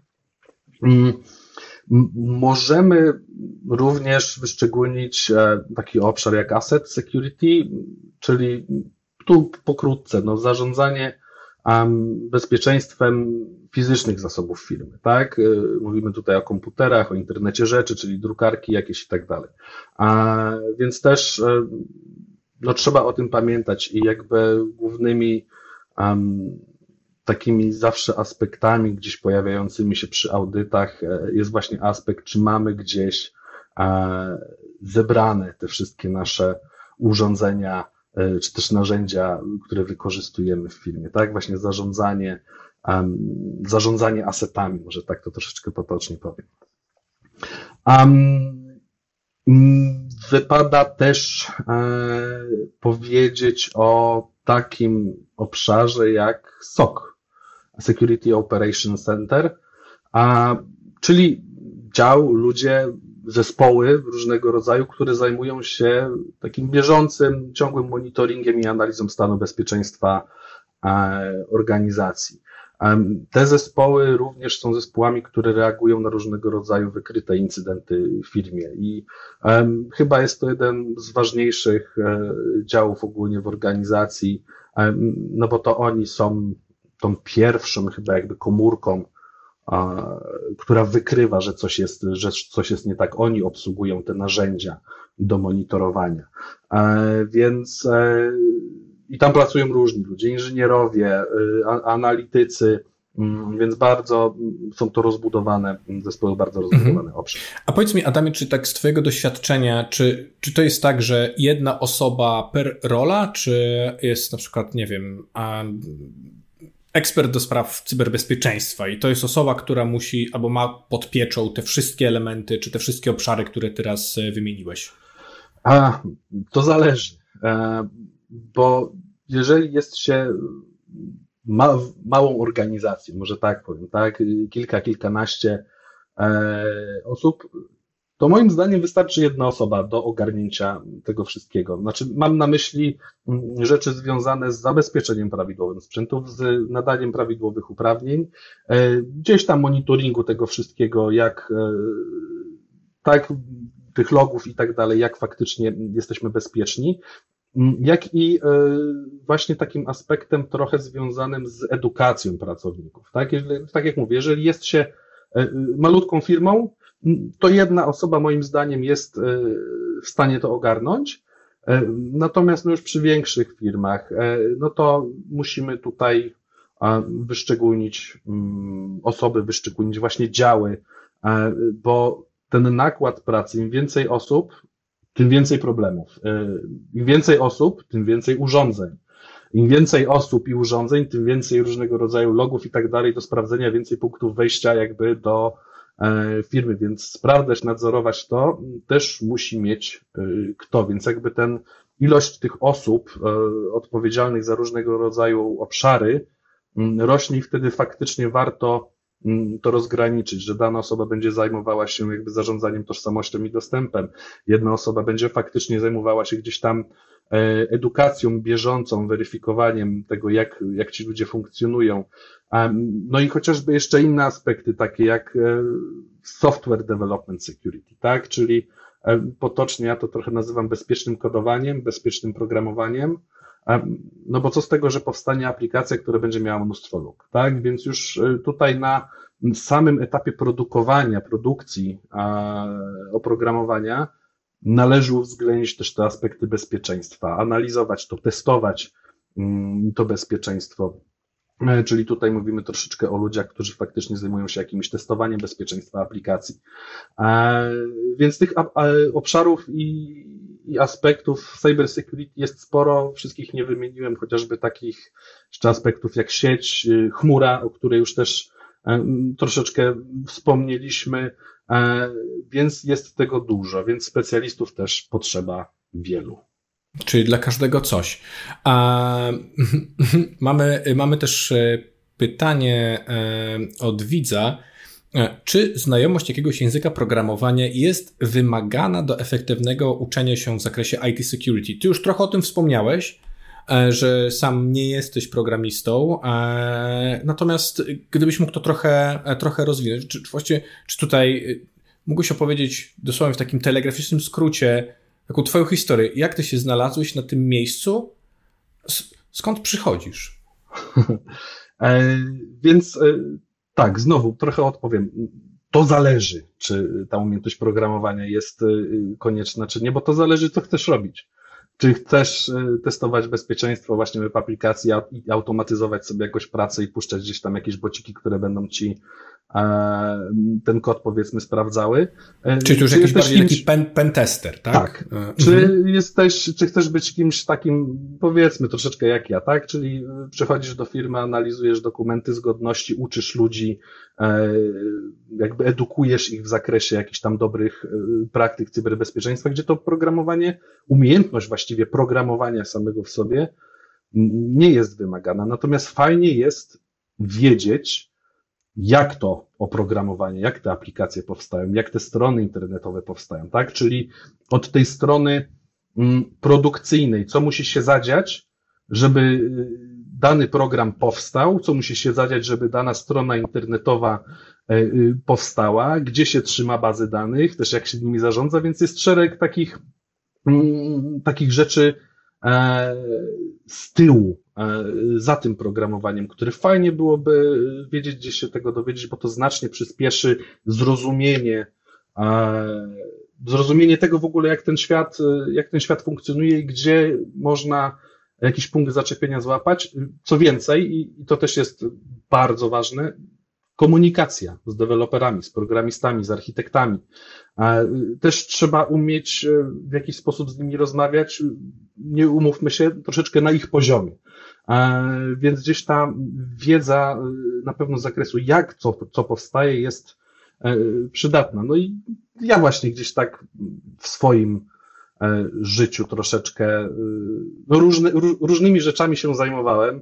Możemy również wyszczególnić taki obszar jak asset security, czyli tu pokrótce, no, zarządzanie bezpieczeństwem fizycznych zasobów firmy, tak? Mówimy tutaj o komputerach, o internecie rzeczy, czyli drukarki jakieś i tak dalej. A więc też no, trzeba o tym pamiętać i jakby głównymi um, takimi zawsze aspektami gdzieś pojawiającymi się przy audytach jest właśnie aspekt, czy mamy gdzieś e, zebrane te wszystkie nasze urządzenia, czy też narzędzia, które wykorzystujemy w firmie, tak? Właśnie zarządzanie, um, zarządzanie asetami, może tak to troszeczkę potocznie powiem. Um, wypada też e, powiedzieć o takim obszarze jak S O C, Security Operations Center, a, czyli dział, ludzie, zespoły różnego rodzaju, które zajmują się takim bieżącym, ciągłym monitoringiem i analizą stanu bezpieczeństwa organizacji. Te zespoły również są zespołami, które reagują na różnego rodzaju wykryte incydenty w firmie i um, chyba jest to jeden z ważniejszych e, działów ogólnie w organizacji, um, no bo to oni są tą pierwszą chyba jakby komórką, która wykrywa, że coś jest, że coś jest nie tak. Oni obsługują te narzędzia do monitorowania. Więc i tam pracują różni ludzie, inżynierowie, analitycy, więc bardzo są to rozbudowane zespoły, bardzo rozbudowane mhm. obszary. A powiedz mi, Adamie, czy tak z twojego doświadczenia, czy, czy to jest tak, że jedna osoba per rola, czy jest na przykład, nie wiem, a ekspert do spraw cyberbezpieczeństwa i to jest osoba, która musi albo ma pod pieczą te wszystkie elementy, czy te wszystkie obszary, które teraz wymieniłeś? A, to zależy, bo jeżeli jest się ma, małą organizacją, może tak powiem, tak, kilka, kilkanaście osób, to moim zdaniem wystarczy jedna osoba do ogarnięcia tego wszystkiego. Znaczy, mam na myśli rzeczy związane z zabezpieczeniem prawidłowym sprzętów, z nadaniem prawidłowych uprawnień, gdzieś tam monitoringu tego wszystkiego, jak tak, tych logów i tak dalej, jak faktycznie jesteśmy bezpieczni, jak i właśnie takim aspektem trochę związanym z edukacją pracowników. Tak, tak jak mówię, jeżeli jest się malutką firmą, to jedna osoba moim zdaniem jest w stanie to ogarnąć. Natomiast no już przy większych firmach, no to musimy tutaj wyszczególnić osoby, wyszczególnić właśnie działy, bo ten nakład pracy, im więcej osób, tym więcej problemów. Im więcej osób, tym więcej urządzeń. Im więcej osób i urządzeń, tym więcej różnego rodzaju logów i tak dalej do sprawdzenia, więcej punktów wejścia jakby do firmy, więc sprawdzać, nadzorować to też musi mieć kto, więc jakby ten ilość tych osób odpowiedzialnych za różnego rodzaju obszary rośnie i wtedy faktycznie warto to rozgraniczyć, że dana osoba będzie zajmowała się jakby zarządzaniem tożsamością i dostępem, jedna osoba będzie faktycznie zajmowała się gdzieś tam edukacją bieżącą, weryfikowaniem tego, jak, jak ci ludzie funkcjonują. No i chociażby jeszcze inne aspekty, takie jak software development security, tak? Czyli potocznie ja to trochę nazywam bezpiecznym kodowaniem, bezpiecznym programowaniem, no bo co z tego, że powstanie aplikacja, która będzie miała mnóstwo luk, tak? Więc już tutaj na samym etapie produkowania, produkcji oprogramowania należy uwzględnić też te aspekty bezpieczeństwa, analizować to, testować to bezpieczeństwo. Czyli tutaj mówimy troszeczkę o ludziach, którzy faktycznie zajmują się jakimś testowaniem bezpieczeństwa aplikacji. Więc tych obszarów i, i aspektów cybersecurity jest sporo, wszystkich nie wymieniłem, chociażby takich jeszcze aspektów jak sieć, chmura, o której już też troszeczkę wspomnieliśmy, więc jest tego dużo, więc specjalistów też potrzeba wielu. Czyli dla każdego coś. A, mamy, mamy też pytanie od widza. Czy znajomość jakiegoś języka programowania jest wymagana do efektywnego uczenia się w zakresie I T security? Ty już trochę o tym wspomniałeś, że sam nie jesteś programistą, natomiast gdybyś mógł to trochę, trochę rozwinąć, czy, czy właściwie, czy tutaj mógłbyś opowiedzieć dosłownie w takim telegraficznym skrócie taką twoją historię, jak ty się znalazłeś na tym miejscu, skąd przychodzisz? e, więc e, tak, znowu trochę odpowiem. To zależy, czy ta umiejętność programowania jest e, konieczna, czy nie, bo to zależy, co chcesz robić. Czy chcesz testować bezpieczeństwo właśnie web aplikacji i automatyzować sobie jakąś pracę i puszczać gdzieś tam jakieś bociki, które będą ci ten kod, powiedzmy, sprawdzały. Czyli tu już jakiś bardziej kimś... taki pen, pen tester, tak? Tak. Mhm. Czy jesteś, czy chcesz być kimś takim, powiedzmy, troszeczkę jak ja, tak? Czyli przychodzisz do firmy, analizujesz dokumenty zgodności, uczysz ludzi, jakby edukujesz ich w zakresie jakichś tam dobrych praktyk cyberbezpieczeństwa, gdzie to programowanie, umiejętność właściwie programowania samego w sobie nie jest wymagana. Natomiast fajnie jest wiedzieć, jak to oprogramowanie, jak te aplikacje powstają, jak te strony internetowe powstają, tak? Czyli od tej strony produkcyjnej, co musi się zadziać, żeby dany program powstał, co musi się zadziać, żeby dana strona internetowa powstała, gdzie się trzyma bazy danych, też jak się nimi zarządza, więc jest szereg takich, takich rzeczy z tyłu, za tym programowaniem, które fajnie byłoby wiedzieć, gdzie się tego dowiedzieć, bo to znacznie przyspieszy zrozumienie, zrozumienie tego w ogóle, jak ten świat, jak ten świat funkcjonuje i gdzie można jakiś punkt zaczepienia złapać. Co więcej, i to też jest bardzo ważne, komunikacja z deweloperami, z programistami, z architektami. Też trzeba umieć w jakiś sposób z nimi rozmawiać, nie umówmy się, troszeczkę na ich poziomie. Więc gdzieś ta wiedza na pewno z zakresu, jak co, co powstaje, jest przydatna. No i ja właśnie gdzieś tak w swoim życiu troszeczkę no różny, różnymi rzeczami się zajmowałem.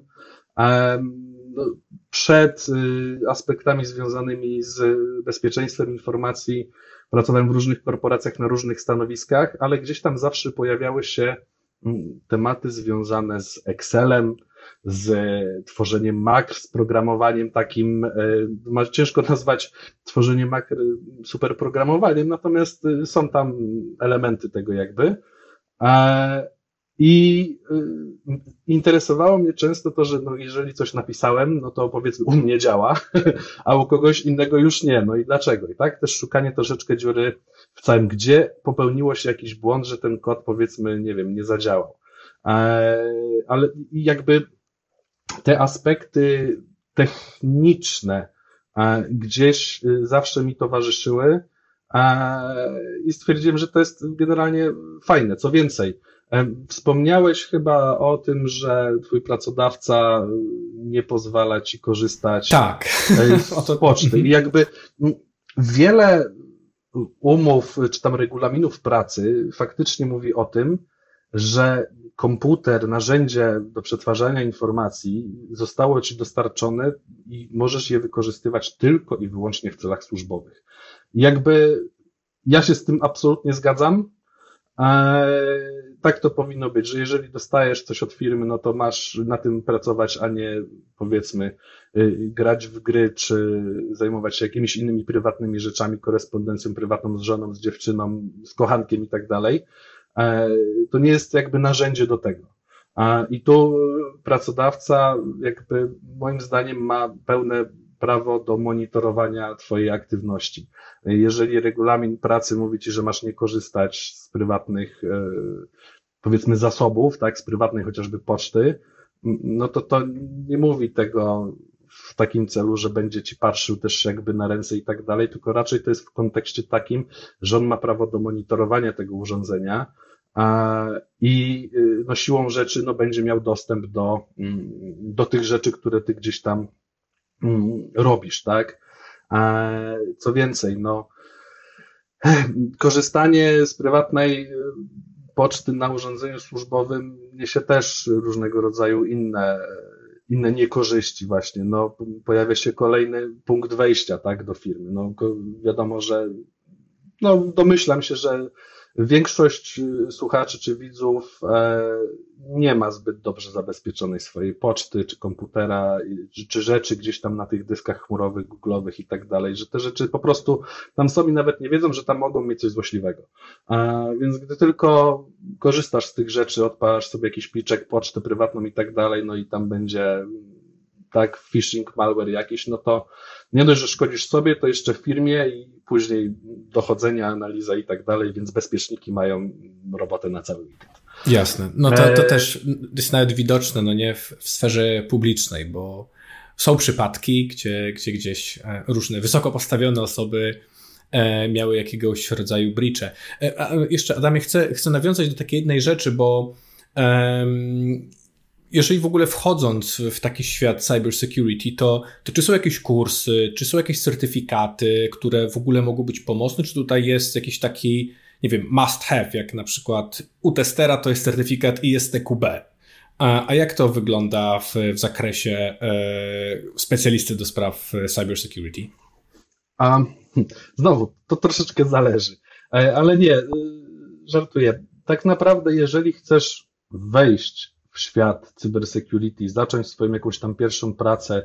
Przed aspektami związanymi z bezpieczeństwem informacji pracowałem w różnych korporacjach na różnych stanowiskach, ale gdzieś tam zawsze pojawiały się tematy związane z Excelem, z tworzeniem makr, z programowaniem takim, ciężko nazwać tworzeniem makr superprogramowaniem, natomiast są tam elementy tego jakby. I interesowało mnie często to, że no jeżeli coś napisałem, no to powiedzmy u mnie działa, a u kogoś innego już nie. No i dlaczego? I tak też szukanie troszeczkę dziury w całym, gdzie popełniło się jakiś błąd, że ten kod powiedzmy, nie wiem, nie zadziałał. Ale jakby te aspekty techniczne gdzieś zawsze mi towarzyszyły i stwierdziłem, że to jest generalnie fajne. Co więcej, wspomniałeś chyba o tym, że twój pracodawca nie pozwala ci korzystać tak. z poczty. I jakby wiele umów czy tam regulaminów pracy faktycznie mówi o tym, że komputer, narzędzie do przetwarzania informacji zostało ci dostarczone i możesz je wykorzystywać tylko i wyłącznie w celach służbowych. I jakby ja się z tym absolutnie zgadzam. Tak to powinno być, że jeżeli dostajesz coś od firmy, no to masz na tym pracować, a nie powiedzmy grać w gry, czy zajmować się jakimiś innymi prywatnymi rzeczami, korespondencją prywatną z żoną, z dziewczyną, z kochankiem i tak dalej. To nie jest jakby narzędzie do tego. I tu pracodawca jakby moim zdaniem ma pełne prawo do monitorowania twojej aktywności. Jeżeli regulamin pracy mówi ci, że masz nie korzystać z prywatnych, powiedzmy, zasobów, tak, z prywatnej chociażby poczty, no to to nie mówi tego w takim celu, że będzie ci patrzył też jakby na ręce i tak dalej, tylko raczej to jest w kontekście takim, że on ma prawo do monitorowania tego urządzenia i no siłą rzeczy no będzie miał dostęp do, do tych rzeczy, które ty gdzieś tam robisz, tak? Co więcej, no korzystanie z prywatnej poczty na urządzeniu służbowym niesie też różnego rodzaju inne inne niekorzyści właśnie. No, pojawia się kolejny punkt wejścia, tak, do firmy. No, wiadomo, że no, domyślam się, że większość słuchaczy czy widzów e, nie ma zbyt dobrze zabezpieczonej swojej poczty, czy komputera, czy, czy rzeczy gdzieś tam na tych dyskach chmurowych, googlowych i tak dalej, że te rzeczy po prostu tam są i nawet nie wiedzą, że tam mogą mieć coś złośliwego. A więc gdy tylko korzystasz z tych rzeczy, odpalasz sobie jakiś pliczek, pocztę prywatną i tak dalej, no i tam będzie tak phishing, malware jakiś, no to nie dość, że szkodzisz sobie, to jeszcze firmie i później dochodzenie, analiza i tak dalej, więc bezpieczniki mają robotę na cały weekend. Jasne. No to, to też jest nawet widoczne, no nie, w, w sferze publicznej, bo są przypadki, gdzie, gdzie gdzieś różne wysoko postawione osoby miały jakiegoś rodzaju breache. A jeszcze, Adamie, chcę, chcę nawiązać do takiej jednej rzeczy, bo um, jeżeli w ogóle wchodząc w taki świat cybersecurity, to, to czy są jakieś kursy, czy są jakieś certyfikaty, które w ogóle mogą być pomocne, czy tutaj jest jakiś taki, nie wiem, must have, jak na przykład u testera to jest certyfikat I S T Q B. A, a jak to wygląda w, w zakresie e, specjalisty do spraw cybersecurity? A, znowu, to troszeczkę zależy, ale nie, żartuję. Tak naprawdę, jeżeli chcesz wejść w świat cybersecurity, zacząć swoją jakąś tam pierwszą pracę,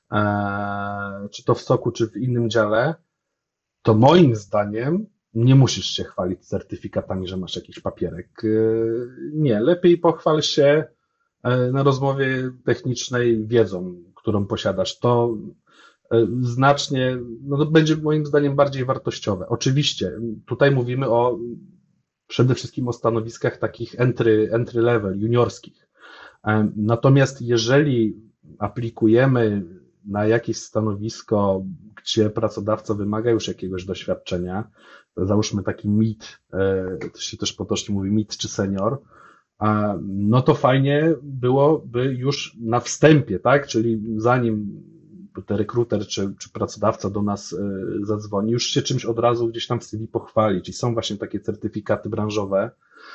e, czy to w soku, czy w innym dziale, to moim zdaniem nie musisz się chwalić certyfikatami, że masz jakiś papierek. E, nie, lepiej pochwal się e, na rozmowie technicznej wiedzą, którą posiadasz. To e, znacznie, no to będzie moim zdaniem bardziej wartościowe. Oczywiście, tutaj mówimy o przede wszystkim o stanowiskach takich entry, entry level, juniorskich. Natomiast jeżeli aplikujemy na jakieś stanowisko, gdzie pracodawca wymaga już jakiegoś doświadczenia, załóżmy taki mid, to się też potocznie mówi mid czy senior, no to fajnie byłoby już na wstępie, tak? Czyli zanim ten rekruter czy, czy pracodawca do nas zadzwoni, już się czymś od razu gdzieś tam w C V pochwalić. I są właśnie takie certyfikaty branżowe,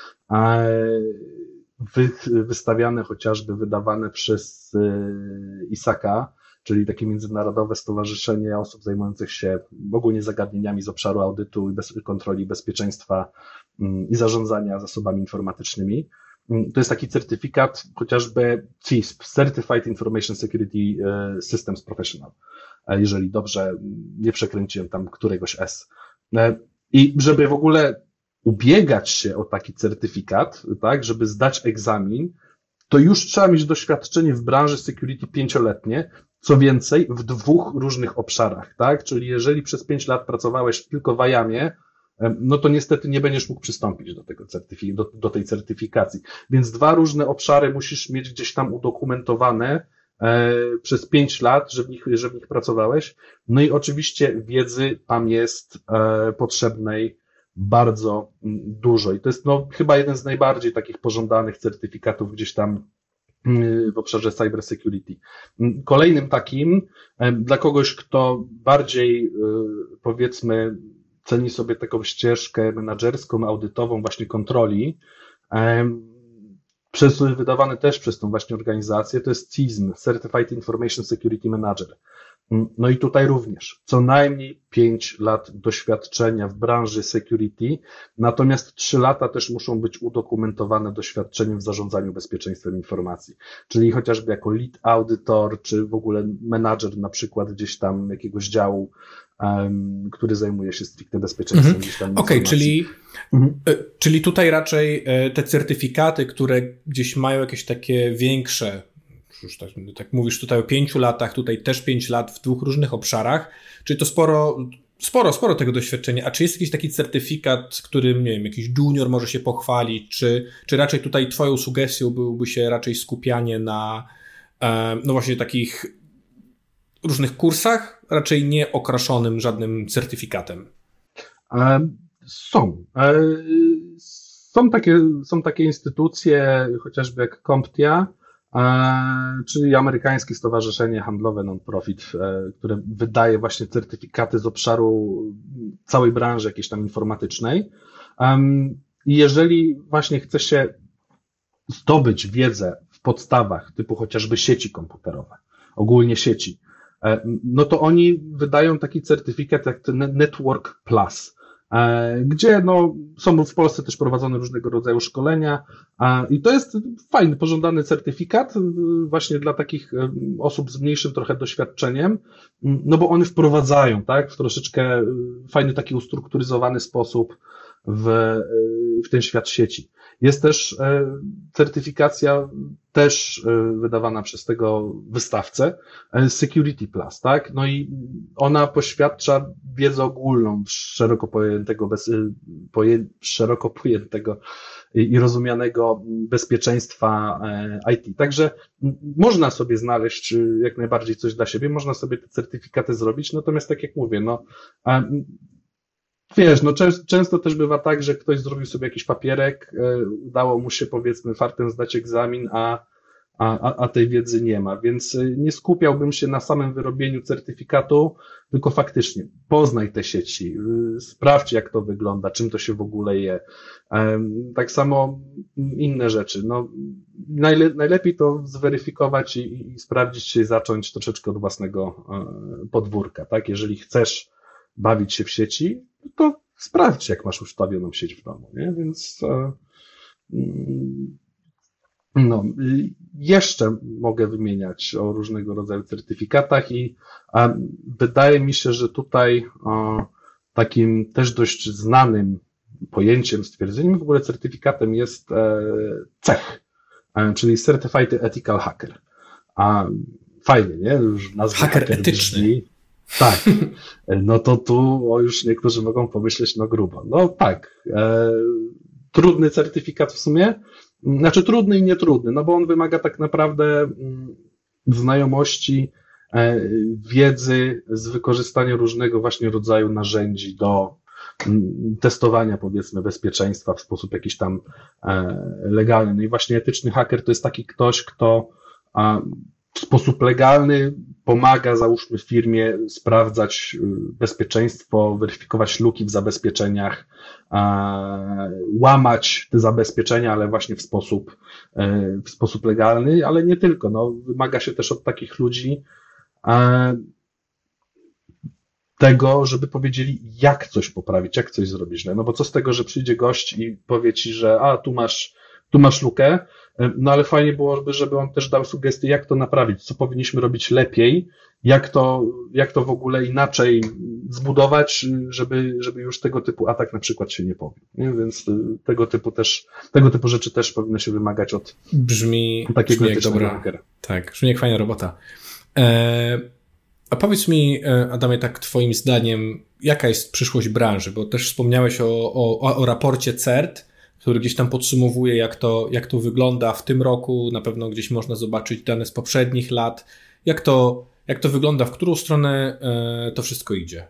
wy, wystawiane chociażby, wydawane przez I S A C-a, czyli takie międzynarodowe stowarzyszenie osób zajmujących się ogólnie zagadnieniami z obszaru audytu i bez, kontroli bezpieczeństwa i zarządzania zasobami informatycznymi. To jest taki certyfikat chociażby C I S P, Certified Information Security Systems Professional, jeżeli dobrze nie przekręciłem tam któregoś S. I żeby w ogóle ubiegać się o taki certyfikat, tak, żeby zdać egzamin, to już trzeba mieć doświadczenie w branży security pięcioletnie, co więcej w dwóch różnych obszarach, tak, czyli jeżeli przez pięć lat pracowałeś tylko w I A M-ie, no to niestety nie będziesz mógł przystąpić do tego certyfi- do, do tej certyfikacji. Więc dwa różne obszary musisz mieć gdzieś tam udokumentowane e, przez pięć lat, że w nich, że w nich pracowałeś. No i oczywiście wiedzy tam jest e, potrzebnej bardzo dużo. I to jest no chyba jeden z najbardziej takich pożądanych certyfikatów gdzieś tam w obszarze cybersecurity. Kolejnym takim, e, dla kogoś, kto bardziej e, powiedzmy ceni sobie taką ścieżkę menadżerską, audytową, właśnie kontroli, przez, wydawany też przez tą właśnie organizację, to jest C I S M, Certified Information Security Manager. No i tutaj również co najmniej pięć lat doświadczenia w branży security, natomiast trzy lata też muszą być udokumentowane doświadczeniem w zarządzaniu bezpieczeństwem informacji, czyli chociażby jako lead auditor, czy w ogóle menadżer na przykład gdzieś tam jakiegoś działu, um, który zajmuje się stricte bezpieczeństwem. Mhm. Okej, okay, czyli, mhm. czyli tutaj raczej te certyfikaty, które gdzieś mają jakieś takie większe już tak, tak mówisz tutaj o pięciu latach, tutaj też pięć lat w dwóch różnych obszarach, czyli to sporo, sporo, sporo tego doświadczenia. A czy jest jakiś taki certyfikat, którym, nie wiem, jakiś junior może się pochwalić, czy, czy raczej tutaj twoją sugestią byłoby się raczej skupianie na no właśnie takich różnych kursach, raczej nie okraszonym żadnym certyfikatem? Są. Są takie, są takie instytucje, chociażby jak CompTIA, czyli amerykańskie stowarzyszenie handlowe non-profit, które wydaje właśnie certyfikaty z obszaru całej branży jakiejś tam informatycznej. I jeżeli właśnie chce się zdobyć wiedzę w podstawach, typu chociażby sieci komputerowe, ogólnie sieci, no to oni wydają taki certyfikat jak ten Network Plus, gdzie no, są w Polsce też prowadzone różnego rodzaju szkolenia i to jest fajny, pożądany certyfikat właśnie dla takich osób z mniejszym trochę doświadczeniem, no bo one wprowadzają, tak, w troszeczkę fajny, taki ustrukturyzowany sposób w, w ten świat sieci. Jest też certyfikacja też wydawana przez tego wystawcę Security Plus, tak? No i ona poświadcza wiedzę ogólną szeroko pojętego, bez, poję, szeroko pojętego i rozumianego bezpieczeństwa I T. Także można sobie znaleźć jak najbardziej coś dla siebie, można sobie te certyfikaty zrobić, natomiast tak jak mówię, no wiesz, no czę- często też bywa tak, że ktoś zrobił sobie jakiś papierek, y, udało mu się powiedzmy fartem zdać egzamin, a, a, a tej wiedzy nie ma, więc y, nie skupiałbym się na samym wyrobieniu certyfikatu, tylko faktycznie poznaj te sieci, y, sprawdź jak to wygląda, czym to się w ogóle je. Y, tak samo inne rzeczy, no najle- najlepiej to zweryfikować i, i sprawdzić się i zacząć troszeczkę od własnego y, podwórka, tak, jeżeli chcesz bawić się w sieci, to sprawdź, jak masz ustawioną sieć w domu, nie? Więc no, jeszcze mogę wymieniać o różnego rodzaju certyfikatach i wydaje mi się, że tutaj takim też dość znanym pojęciem, stwierdzeniem, w ogóle certyfikatem jest C E H, czyli Certified Ethical Hacker. A fajnie, nie? Już nazwa hacker, hacker etyczny. Brzmi. Tak, no to tu o, już niektórzy mogą pomyśleć, no grubo. No tak, e, trudny certyfikat w sumie, znaczy trudny i nietrudny, no bo on wymaga tak naprawdę mm, znajomości, e, wiedzy z wykorzystania różnego właśnie rodzaju narzędzi do mm, testowania, powiedzmy, bezpieczeństwa w sposób jakiś tam e, legalny. No i właśnie etyczny haker to jest taki ktoś, kto a, w sposób legalny pomaga, załóżmy, firmie sprawdzać bezpieczeństwo, weryfikować luki w zabezpieczeniach, łamać te zabezpieczenia, ale właśnie w sposób, w sposób legalny, ale nie tylko. No, wymaga się też od takich ludzi tego, żeby powiedzieli, jak coś poprawić, jak coś zrobić źle. No bo co z tego, że przyjdzie gość i powie ci, że a, tu masz, tu masz lukę, no ale fajnie byłoby, żeby on też dał sugestie, jak to naprawić, co powinniśmy robić lepiej, jak to, jak to w ogóle inaczej zbudować, żeby, żeby już tego typu atak na przykład się nie powiódł. Nie? Więc tego typu też, tego typu rzeczy też powinny się wymagać od brzmi, takiego brzmi jak etycznego dobra, hakera. Tak, brzmi jak fajna robota. E, a powiedz mi, Adamie, tak twoim zdaniem, jaka jest przyszłość branży? Bo też wspomniałeś o, o, o raporcie C E R T, który gdzieś tam podsumowuje, jak to, jak to wygląda w tym roku. Na pewno gdzieś można zobaczyć dane z poprzednich lat. Jak to, jak to wygląda, w którą stronę e, to wszystko idzie?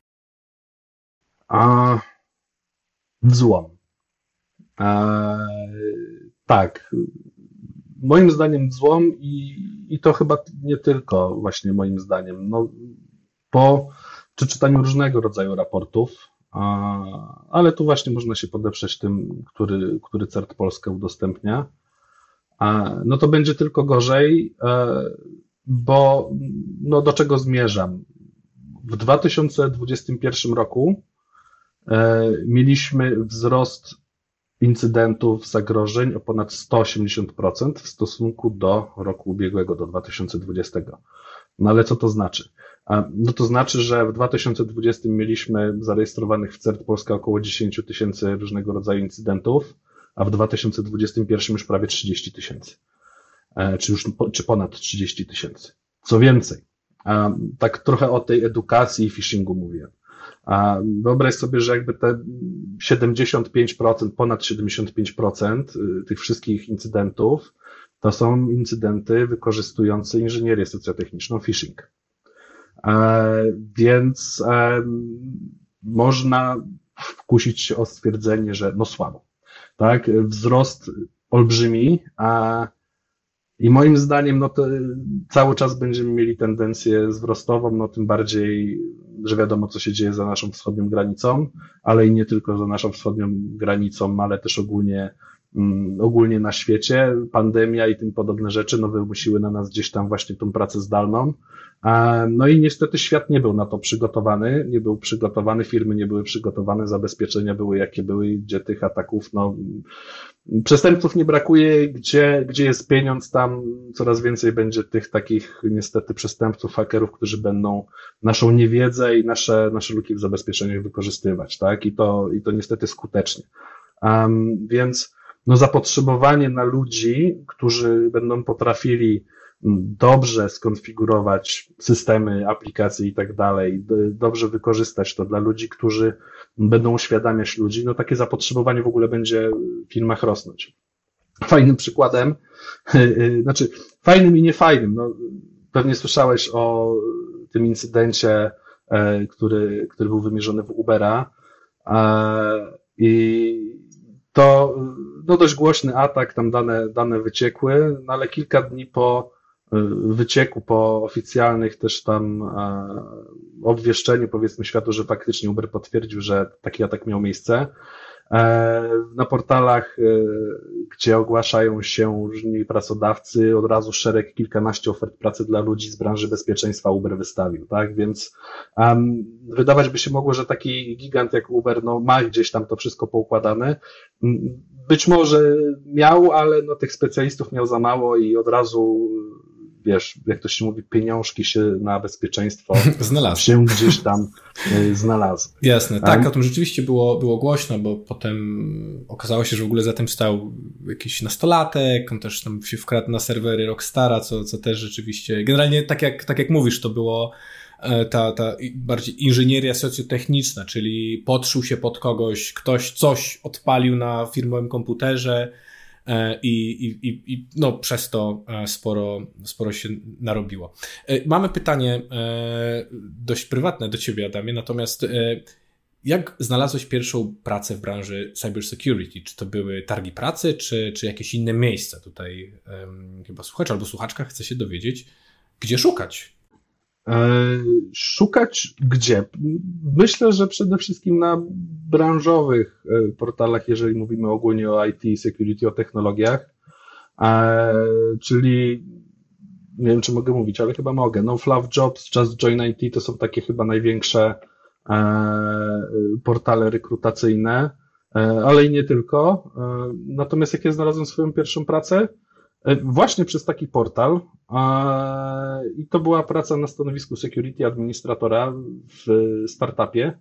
A w złom. E, tak. Moim zdaniem w złom i, i to chyba nie tylko właśnie moim zdaniem. No, po przeczytaniu różnego rodzaju raportów, ale tu właśnie można się podeprzeć tym, który, który C E R T Polska udostępnia, no to będzie tylko gorzej, bo no do czego zmierzam? W dwa tysiące dwudziestym pierwszym roku mieliśmy wzrost incydentów, zagrożeń o ponad sto osiemdziesiąt procent w stosunku do roku ubiegłego, do dwa tysiące dwudziestego. No ale co to znaczy? No to znaczy, że w dwa tysiące dwudziestym mieliśmy zarejestrowanych w C E R T Polska około dziesięć tysięcy różnego rodzaju incydentów, a w dwa tysiące dwudziestym pierwszym już prawie trzydzieści tysięcy. czy już czy ponad trzydzieści tysięcy. Co więcej, tak trochę o tej edukacji i phishingu mówię. Wyobraź sobie, że jakby te siedemdziesiąt pięć procent, ponad siedemdziesiąt pięć procent tych wszystkich incydentów to są incydenty wykorzystujące inżynierię socjotechniczną, phishing. Więc można wkusić się o stwierdzenie, że no słabo. Tak? Wzrost olbrzymi, a i moim zdaniem no to cały czas będziemy mieli tendencję wzrostową, no tym bardziej, że wiadomo, co się dzieje za naszą wschodnią granicą, ale i nie tylko za naszą wschodnią granicą, ale też ogólnie, um, ogólnie na świecie. Pandemia i tym podobne rzeczy no wymusiły na nas gdzieś tam właśnie tą pracę zdalną. No i niestety świat nie był na to przygotowany, nie był przygotowany, firmy nie były przygotowane, zabezpieczenia były jakie były, gdzie tych ataków, no przestępców nie brakuje, gdzie, gdzie jest pieniądz, tam coraz więcej będzie tych takich niestety przestępców, hakerów, którzy będą naszą niewiedzę i nasze, nasze luki w zabezpieczeniach wykorzystywać, tak? I to, i to niestety skutecznie. Um, więc no zapotrzebowanie na ludzi, którzy będą potrafili dobrze skonfigurować systemy, aplikacje i tak dalej, dobrze wykorzystać to dla ludzi, którzy będą uświadamiać ludzi, no takie zapotrzebowanie w ogóle będzie w firmach rosnąć. Fajnym przykładem, znaczy fajnym i niefajnym, no pewnie słyszałeś o tym incydencie, który, który był wymierzony w Ubera i to no dość głośny atak, tam dane, dane wyciekły, no ale kilka dni po wycieku, po oficjalnych też tam e, obwieszczeniu, powiedzmy światu, że faktycznie Uber potwierdził, że taki atak miał miejsce. E, na portalach, e, gdzie ogłaszają się różni pracodawcy, od razu szereg, kilkanaście ofert pracy dla ludzi z branży bezpieczeństwa Uber wystawił, tak? Więc um, wydawać by się mogło, że taki gigant jak Uber, no ma gdzieś tam to wszystko poukładane. Być może miał, ale no tych specjalistów miał za mało i od razu, wiesz, jak to się mówi, pieniążki się na bezpieczeństwo znalazły. Się gdzieś tam znalazły. Jasne, tak, um, o tym rzeczywiście było, było głośno, bo potem okazało się, że w ogóle za tym stał jakiś nastolatek, on też tam się wkradł na serwery Rockstara, co, co też rzeczywiście, generalnie tak jak, tak jak mówisz, to było ta, ta bardziej inżynieria socjotechniczna, czyli podszył się pod kogoś, ktoś coś odpalił na firmowym komputerze, I, i, i, i no, przez to sporo, sporo się narobiło. Mamy pytanie dość prywatne do ciebie, Adamie, natomiast jak znalazłeś pierwszą pracę w branży cybersecurity? Czy to były targi pracy, czy, czy jakieś inne miejsca? Tutaj um, chyba słuchacz albo słuchaczka chce się dowiedzieć, gdzie szukać? Szukać gdzie? Myślę, że przede wszystkim na branżowych portalach, jeżeli mówimy ogólnie o I T, security, o technologiach, czyli nie wiem, czy mogę mówić, ale chyba mogę. No Fluff Jobs, Just Join I T to są takie chyba największe portale rekrutacyjne, ale i nie tylko. Natomiast jak ja znalazłem swoją pierwszą pracę, właśnie przez taki portal, i to była praca na stanowisku security administratora w startupie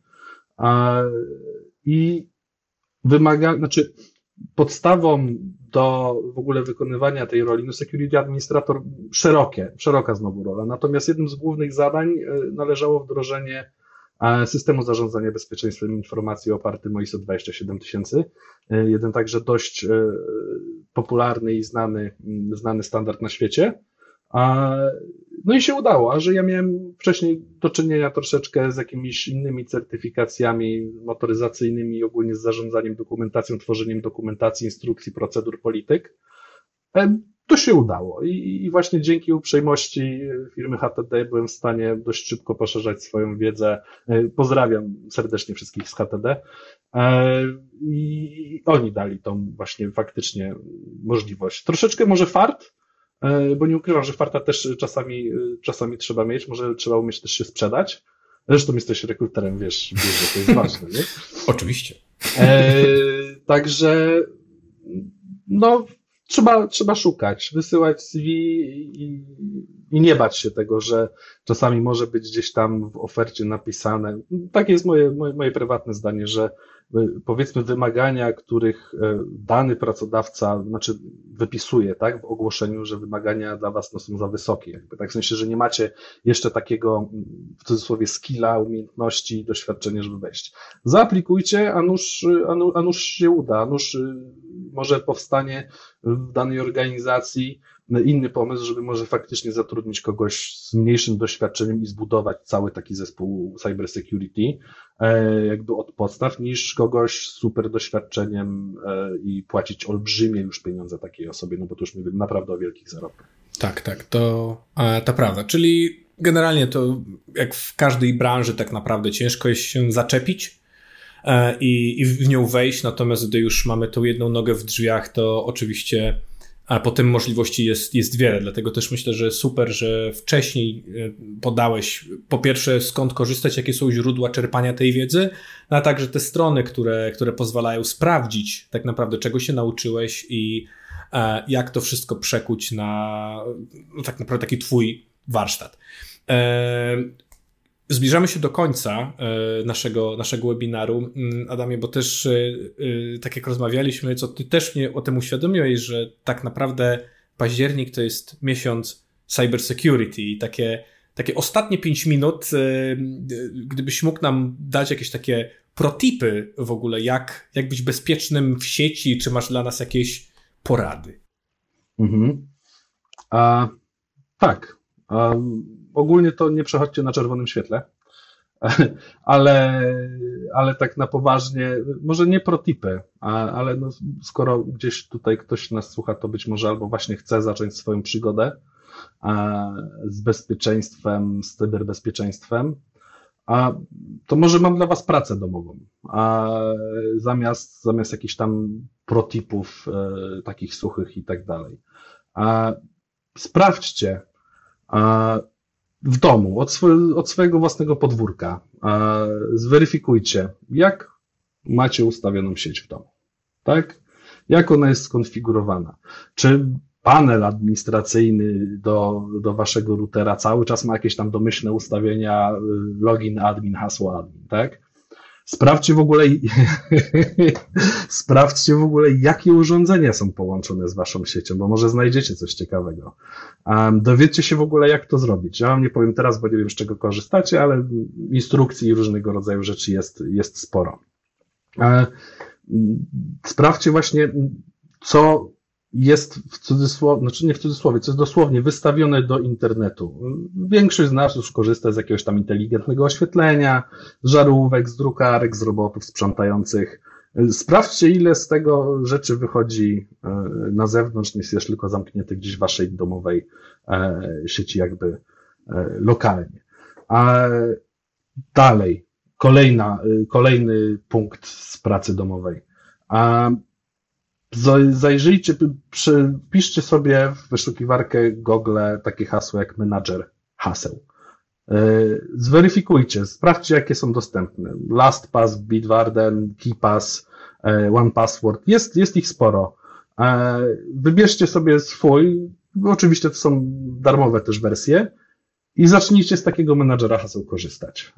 i wymaga, znaczy podstawą do w ogóle wykonywania tej roli, no security administrator szerokie, szeroka znowu rola, natomiast jednym z głównych zadań należało wdrożenie systemu zarządzania bezpieczeństwem informacji opartym o I S O dwadzieścia siedem tysięcy. Jeden także dość popularny i znany, znany standard na świecie. No i się udało, a że ja miałem wcześniej do czynienia troszeczkę z jakimiś innymi certyfikacjami motoryzacyjnymi i ogólnie z zarządzaniem dokumentacją, tworzeniem dokumentacji, instrukcji, procedur, polityk, to się udało i, i właśnie dzięki uprzejmości firmy H T D byłem w stanie dość szybko poszerzać swoją wiedzę. Pozdrawiam serdecznie wszystkich z H T D. I oni dali tą właśnie faktycznie możliwość. Troszeczkę może fart, bo nie ukrywam, że farta też czasami, czasami trzeba mieć, może trzeba umieć też się sprzedać. Zresztą jesteś rekruterem, wiesz, wiesz, że to jest ważne, nie? Oczywiście. E, także no Trzeba, trzeba szukać, wysyłać C V i, i nie bać się tego, że czasami może być gdzieś tam w ofercie napisane, takie jest moje, moje, moje prywatne zdanie, że powiedzmy wymagania, których dany pracodawca, znaczy wypisuje, tak, w ogłoszeniu, że wymagania dla was no, są za wysokie, jakby, tak, w sensie, że nie macie jeszcze takiego, w cudzysłowie, skilla, umiejętności, doświadczenia, żeby wejść. Zaaplikujcie, a nuż, a nuż, a nuż się uda, a nuż może powstanie w danej organizacji inny pomysł, żeby może faktycznie zatrudnić kogoś z mniejszym doświadczeniem i zbudować cały taki zespół cybersecurity jakby od podstaw, niż kogoś z super doświadczeniem i płacić olbrzymie już pieniądze takiej osobie, no bo to już mówimy naprawdę o wielkich zarobkach. Tak, tak, to, to prawda, czyli generalnie to jak w każdej branży tak naprawdę ciężko jest się zaczepić i, i w nią wejść, natomiast gdy już mamy tą jedną nogę w drzwiach, to oczywiście a potem możliwości jest, jest wiele, dlatego też myślę, że super, że wcześniej podałeś po pierwsze skąd korzystać, jakie są źródła czerpania tej wiedzy, a także te strony, które, które pozwalają sprawdzić tak naprawdę czego się nauczyłeś i e, jak to wszystko przekuć na no, tak naprawdę taki twój warsztat. E, Zbliżamy się do końca naszego, naszego webinaru, Adamie, bo też tak jak rozmawialiśmy, co ty też mnie o tym uświadomiłeś, że tak naprawdę październik to jest miesiąc cybersecurity i takie, takie ostatnie pięć minut, gdybyś mógł nam dać jakieś takie protipy w ogóle, jak, jak być bezpiecznym w sieci, czy masz dla nas jakieś porady? Mhm. A, tak. A... Ogólnie to nie przechodźcie na czerwonym świetle, ale, ale tak na poważnie, może nie protipy, ale no skoro gdzieś tutaj ktoś nas słucha, to być może albo właśnie chce zacząć swoją przygodę z bezpieczeństwem, z cyberbezpieczeństwem, a to może mam dla was pracę domową, a zamiast, zamiast jakichś tam protipów takich suchych i tak dalej. A sprawdźcie, a w domu, od, swe, od swojego własnego podwórka, a zweryfikujcie, jak macie ustawioną sieć w domu, tak? Jak ona jest skonfigurowana? Czy panel administracyjny do, do waszego routera cały czas ma jakieś tam domyślne ustawienia, login admin, hasło admin, tak? Sprawdźcie w ogóle, sprawdźcie w ogóle, jakie urządzenia są połączone z waszą siecią, bo może znajdziecie coś ciekawego. Um, dowiedzcie się w ogóle, jak to zrobić. Ja wam nie powiem teraz, bo nie wiem, z czego korzystacie, ale instrukcji i różnego rodzaju rzeczy jest, jest sporo. Um, sprawdźcie właśnie, co jest w cudzysłowie, znaczy nie w cudzysłowie, co jest dosłownie wystawione do internetu. Większość z nas już korzysta z jakiegoś tam inteligentnego oświetlenia, z żarówek, z drukarek, z robotów sprzątających. Sprawdźcie, ile z tego rzeczy wychodzi na zewnątrz, niż jest tylko zamknięte gdzieś w waszej domowej sieci jakby lokalnie. A dalej, kolejna, kolejny punkt z pracy domowej. A Zajrzyjcie, piszcie sobie w wyszukiwarkę Google takie hasło jak menadżer haseł. Zweryfikujcie, sprawdźcie, jakie są dostępne. LastPass, Bitwarden, KeePass, OnePassword. Jest, jest ich sporo. Wybierzcie sobie swój, oczywiście to są darmowe też wersje i zacznijcie z takiego menadżera haseł korzystać.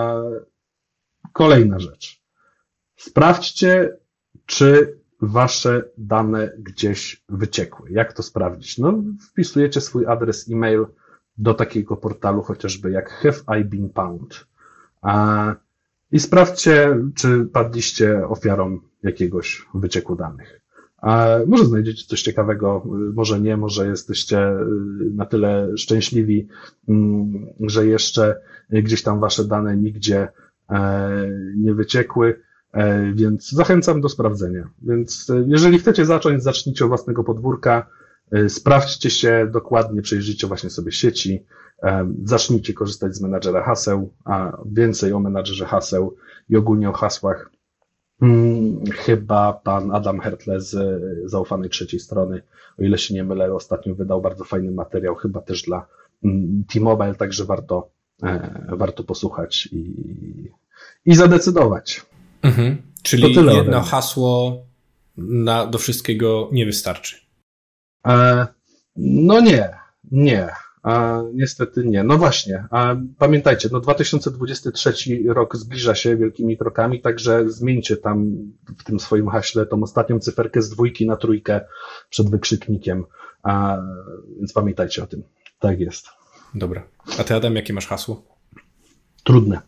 Kolejna rzecz. Sprawdźcie, czy wasze dane gdzieś wyciekły. Jak to sprawdzić? No, wpisujecie swój adres e-mail do takiego portalu chociażby jak Have I Been Pwned a, i sprawdźcie, czy padliście ofiarą jakiegoś wycieku danych. A może znajdziecie coś ciekawego, może nie, może jesteście na tyle szczęśliwi, że jeszcze gdzieś tam wasze dane nigdzie nie wyciekły. Więc zachęcam do sprawdzenia. Więc jeżeli chcecie zacząć, zacznijcie od własnego podwórka, sprawdźcie się dokładnie, przejrzyjcie właśnie sobie sieci, zacznijcie korzystać z menadżera haseł, a więcej o menadżerze haseł i ogólnie o hasłach hmm, chyba pan Adam Hertle z Zaufanej Trzeciej Strony, o ile się nie mylę, ostatnio wydał bardzo fajny materiał, chyba też dla T-Mobile, także warto, warto posłuchać i, i zadecydować. Mhm. Czyli jedno hasło na, do wszystkiego nie wystarczy. E, no nie, nie. A niestety nie. No właśnie, a pamiętajcie, no dwa tysiące dwudziesty trzeci rok zbliża się wielkimi krokami, także zmieńcie tam w tym swoim haśle tą ostatnią cyferkę z dwójki na trójkę przed wykrzyknikiem, a, więc pamiętajcie o tym. Tak jest. Dobra. A ty, Adam, jakie masz hasło? Trudne.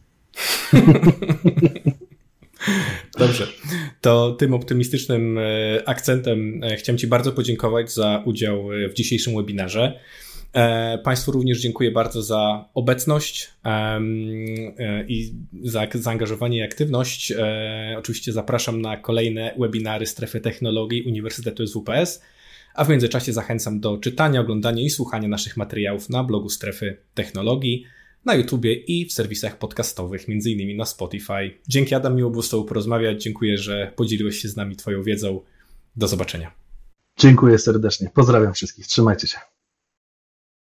Dobrze. To tym optymistycznym akcentem chciałem Ci bardzo podziękować za udział w dzisiejszym webinarze. Państwu również dziękuję bardzo za obecność i za zaangażowanie i aktywność. Oczywiście zapraszam na kolejne webinary Strefy Technologii Uniwersytetu S W P S, a w międzyczasie zachęcam do czytania, oglądania i słuchania naszych materiałów na blogu Strefy Technologii, na YouTubie i w serwisach podcastowych, między innymi na Spotify. Dzięki, Adam, miło było z Tobą porozmawiać. Dziękuję, że podzieliłeś się z nami Twoją wiedzą. Do zobaczenia. Dziękuję serdecznie. Pozdrawiam wszystkich. Trzymajcie się.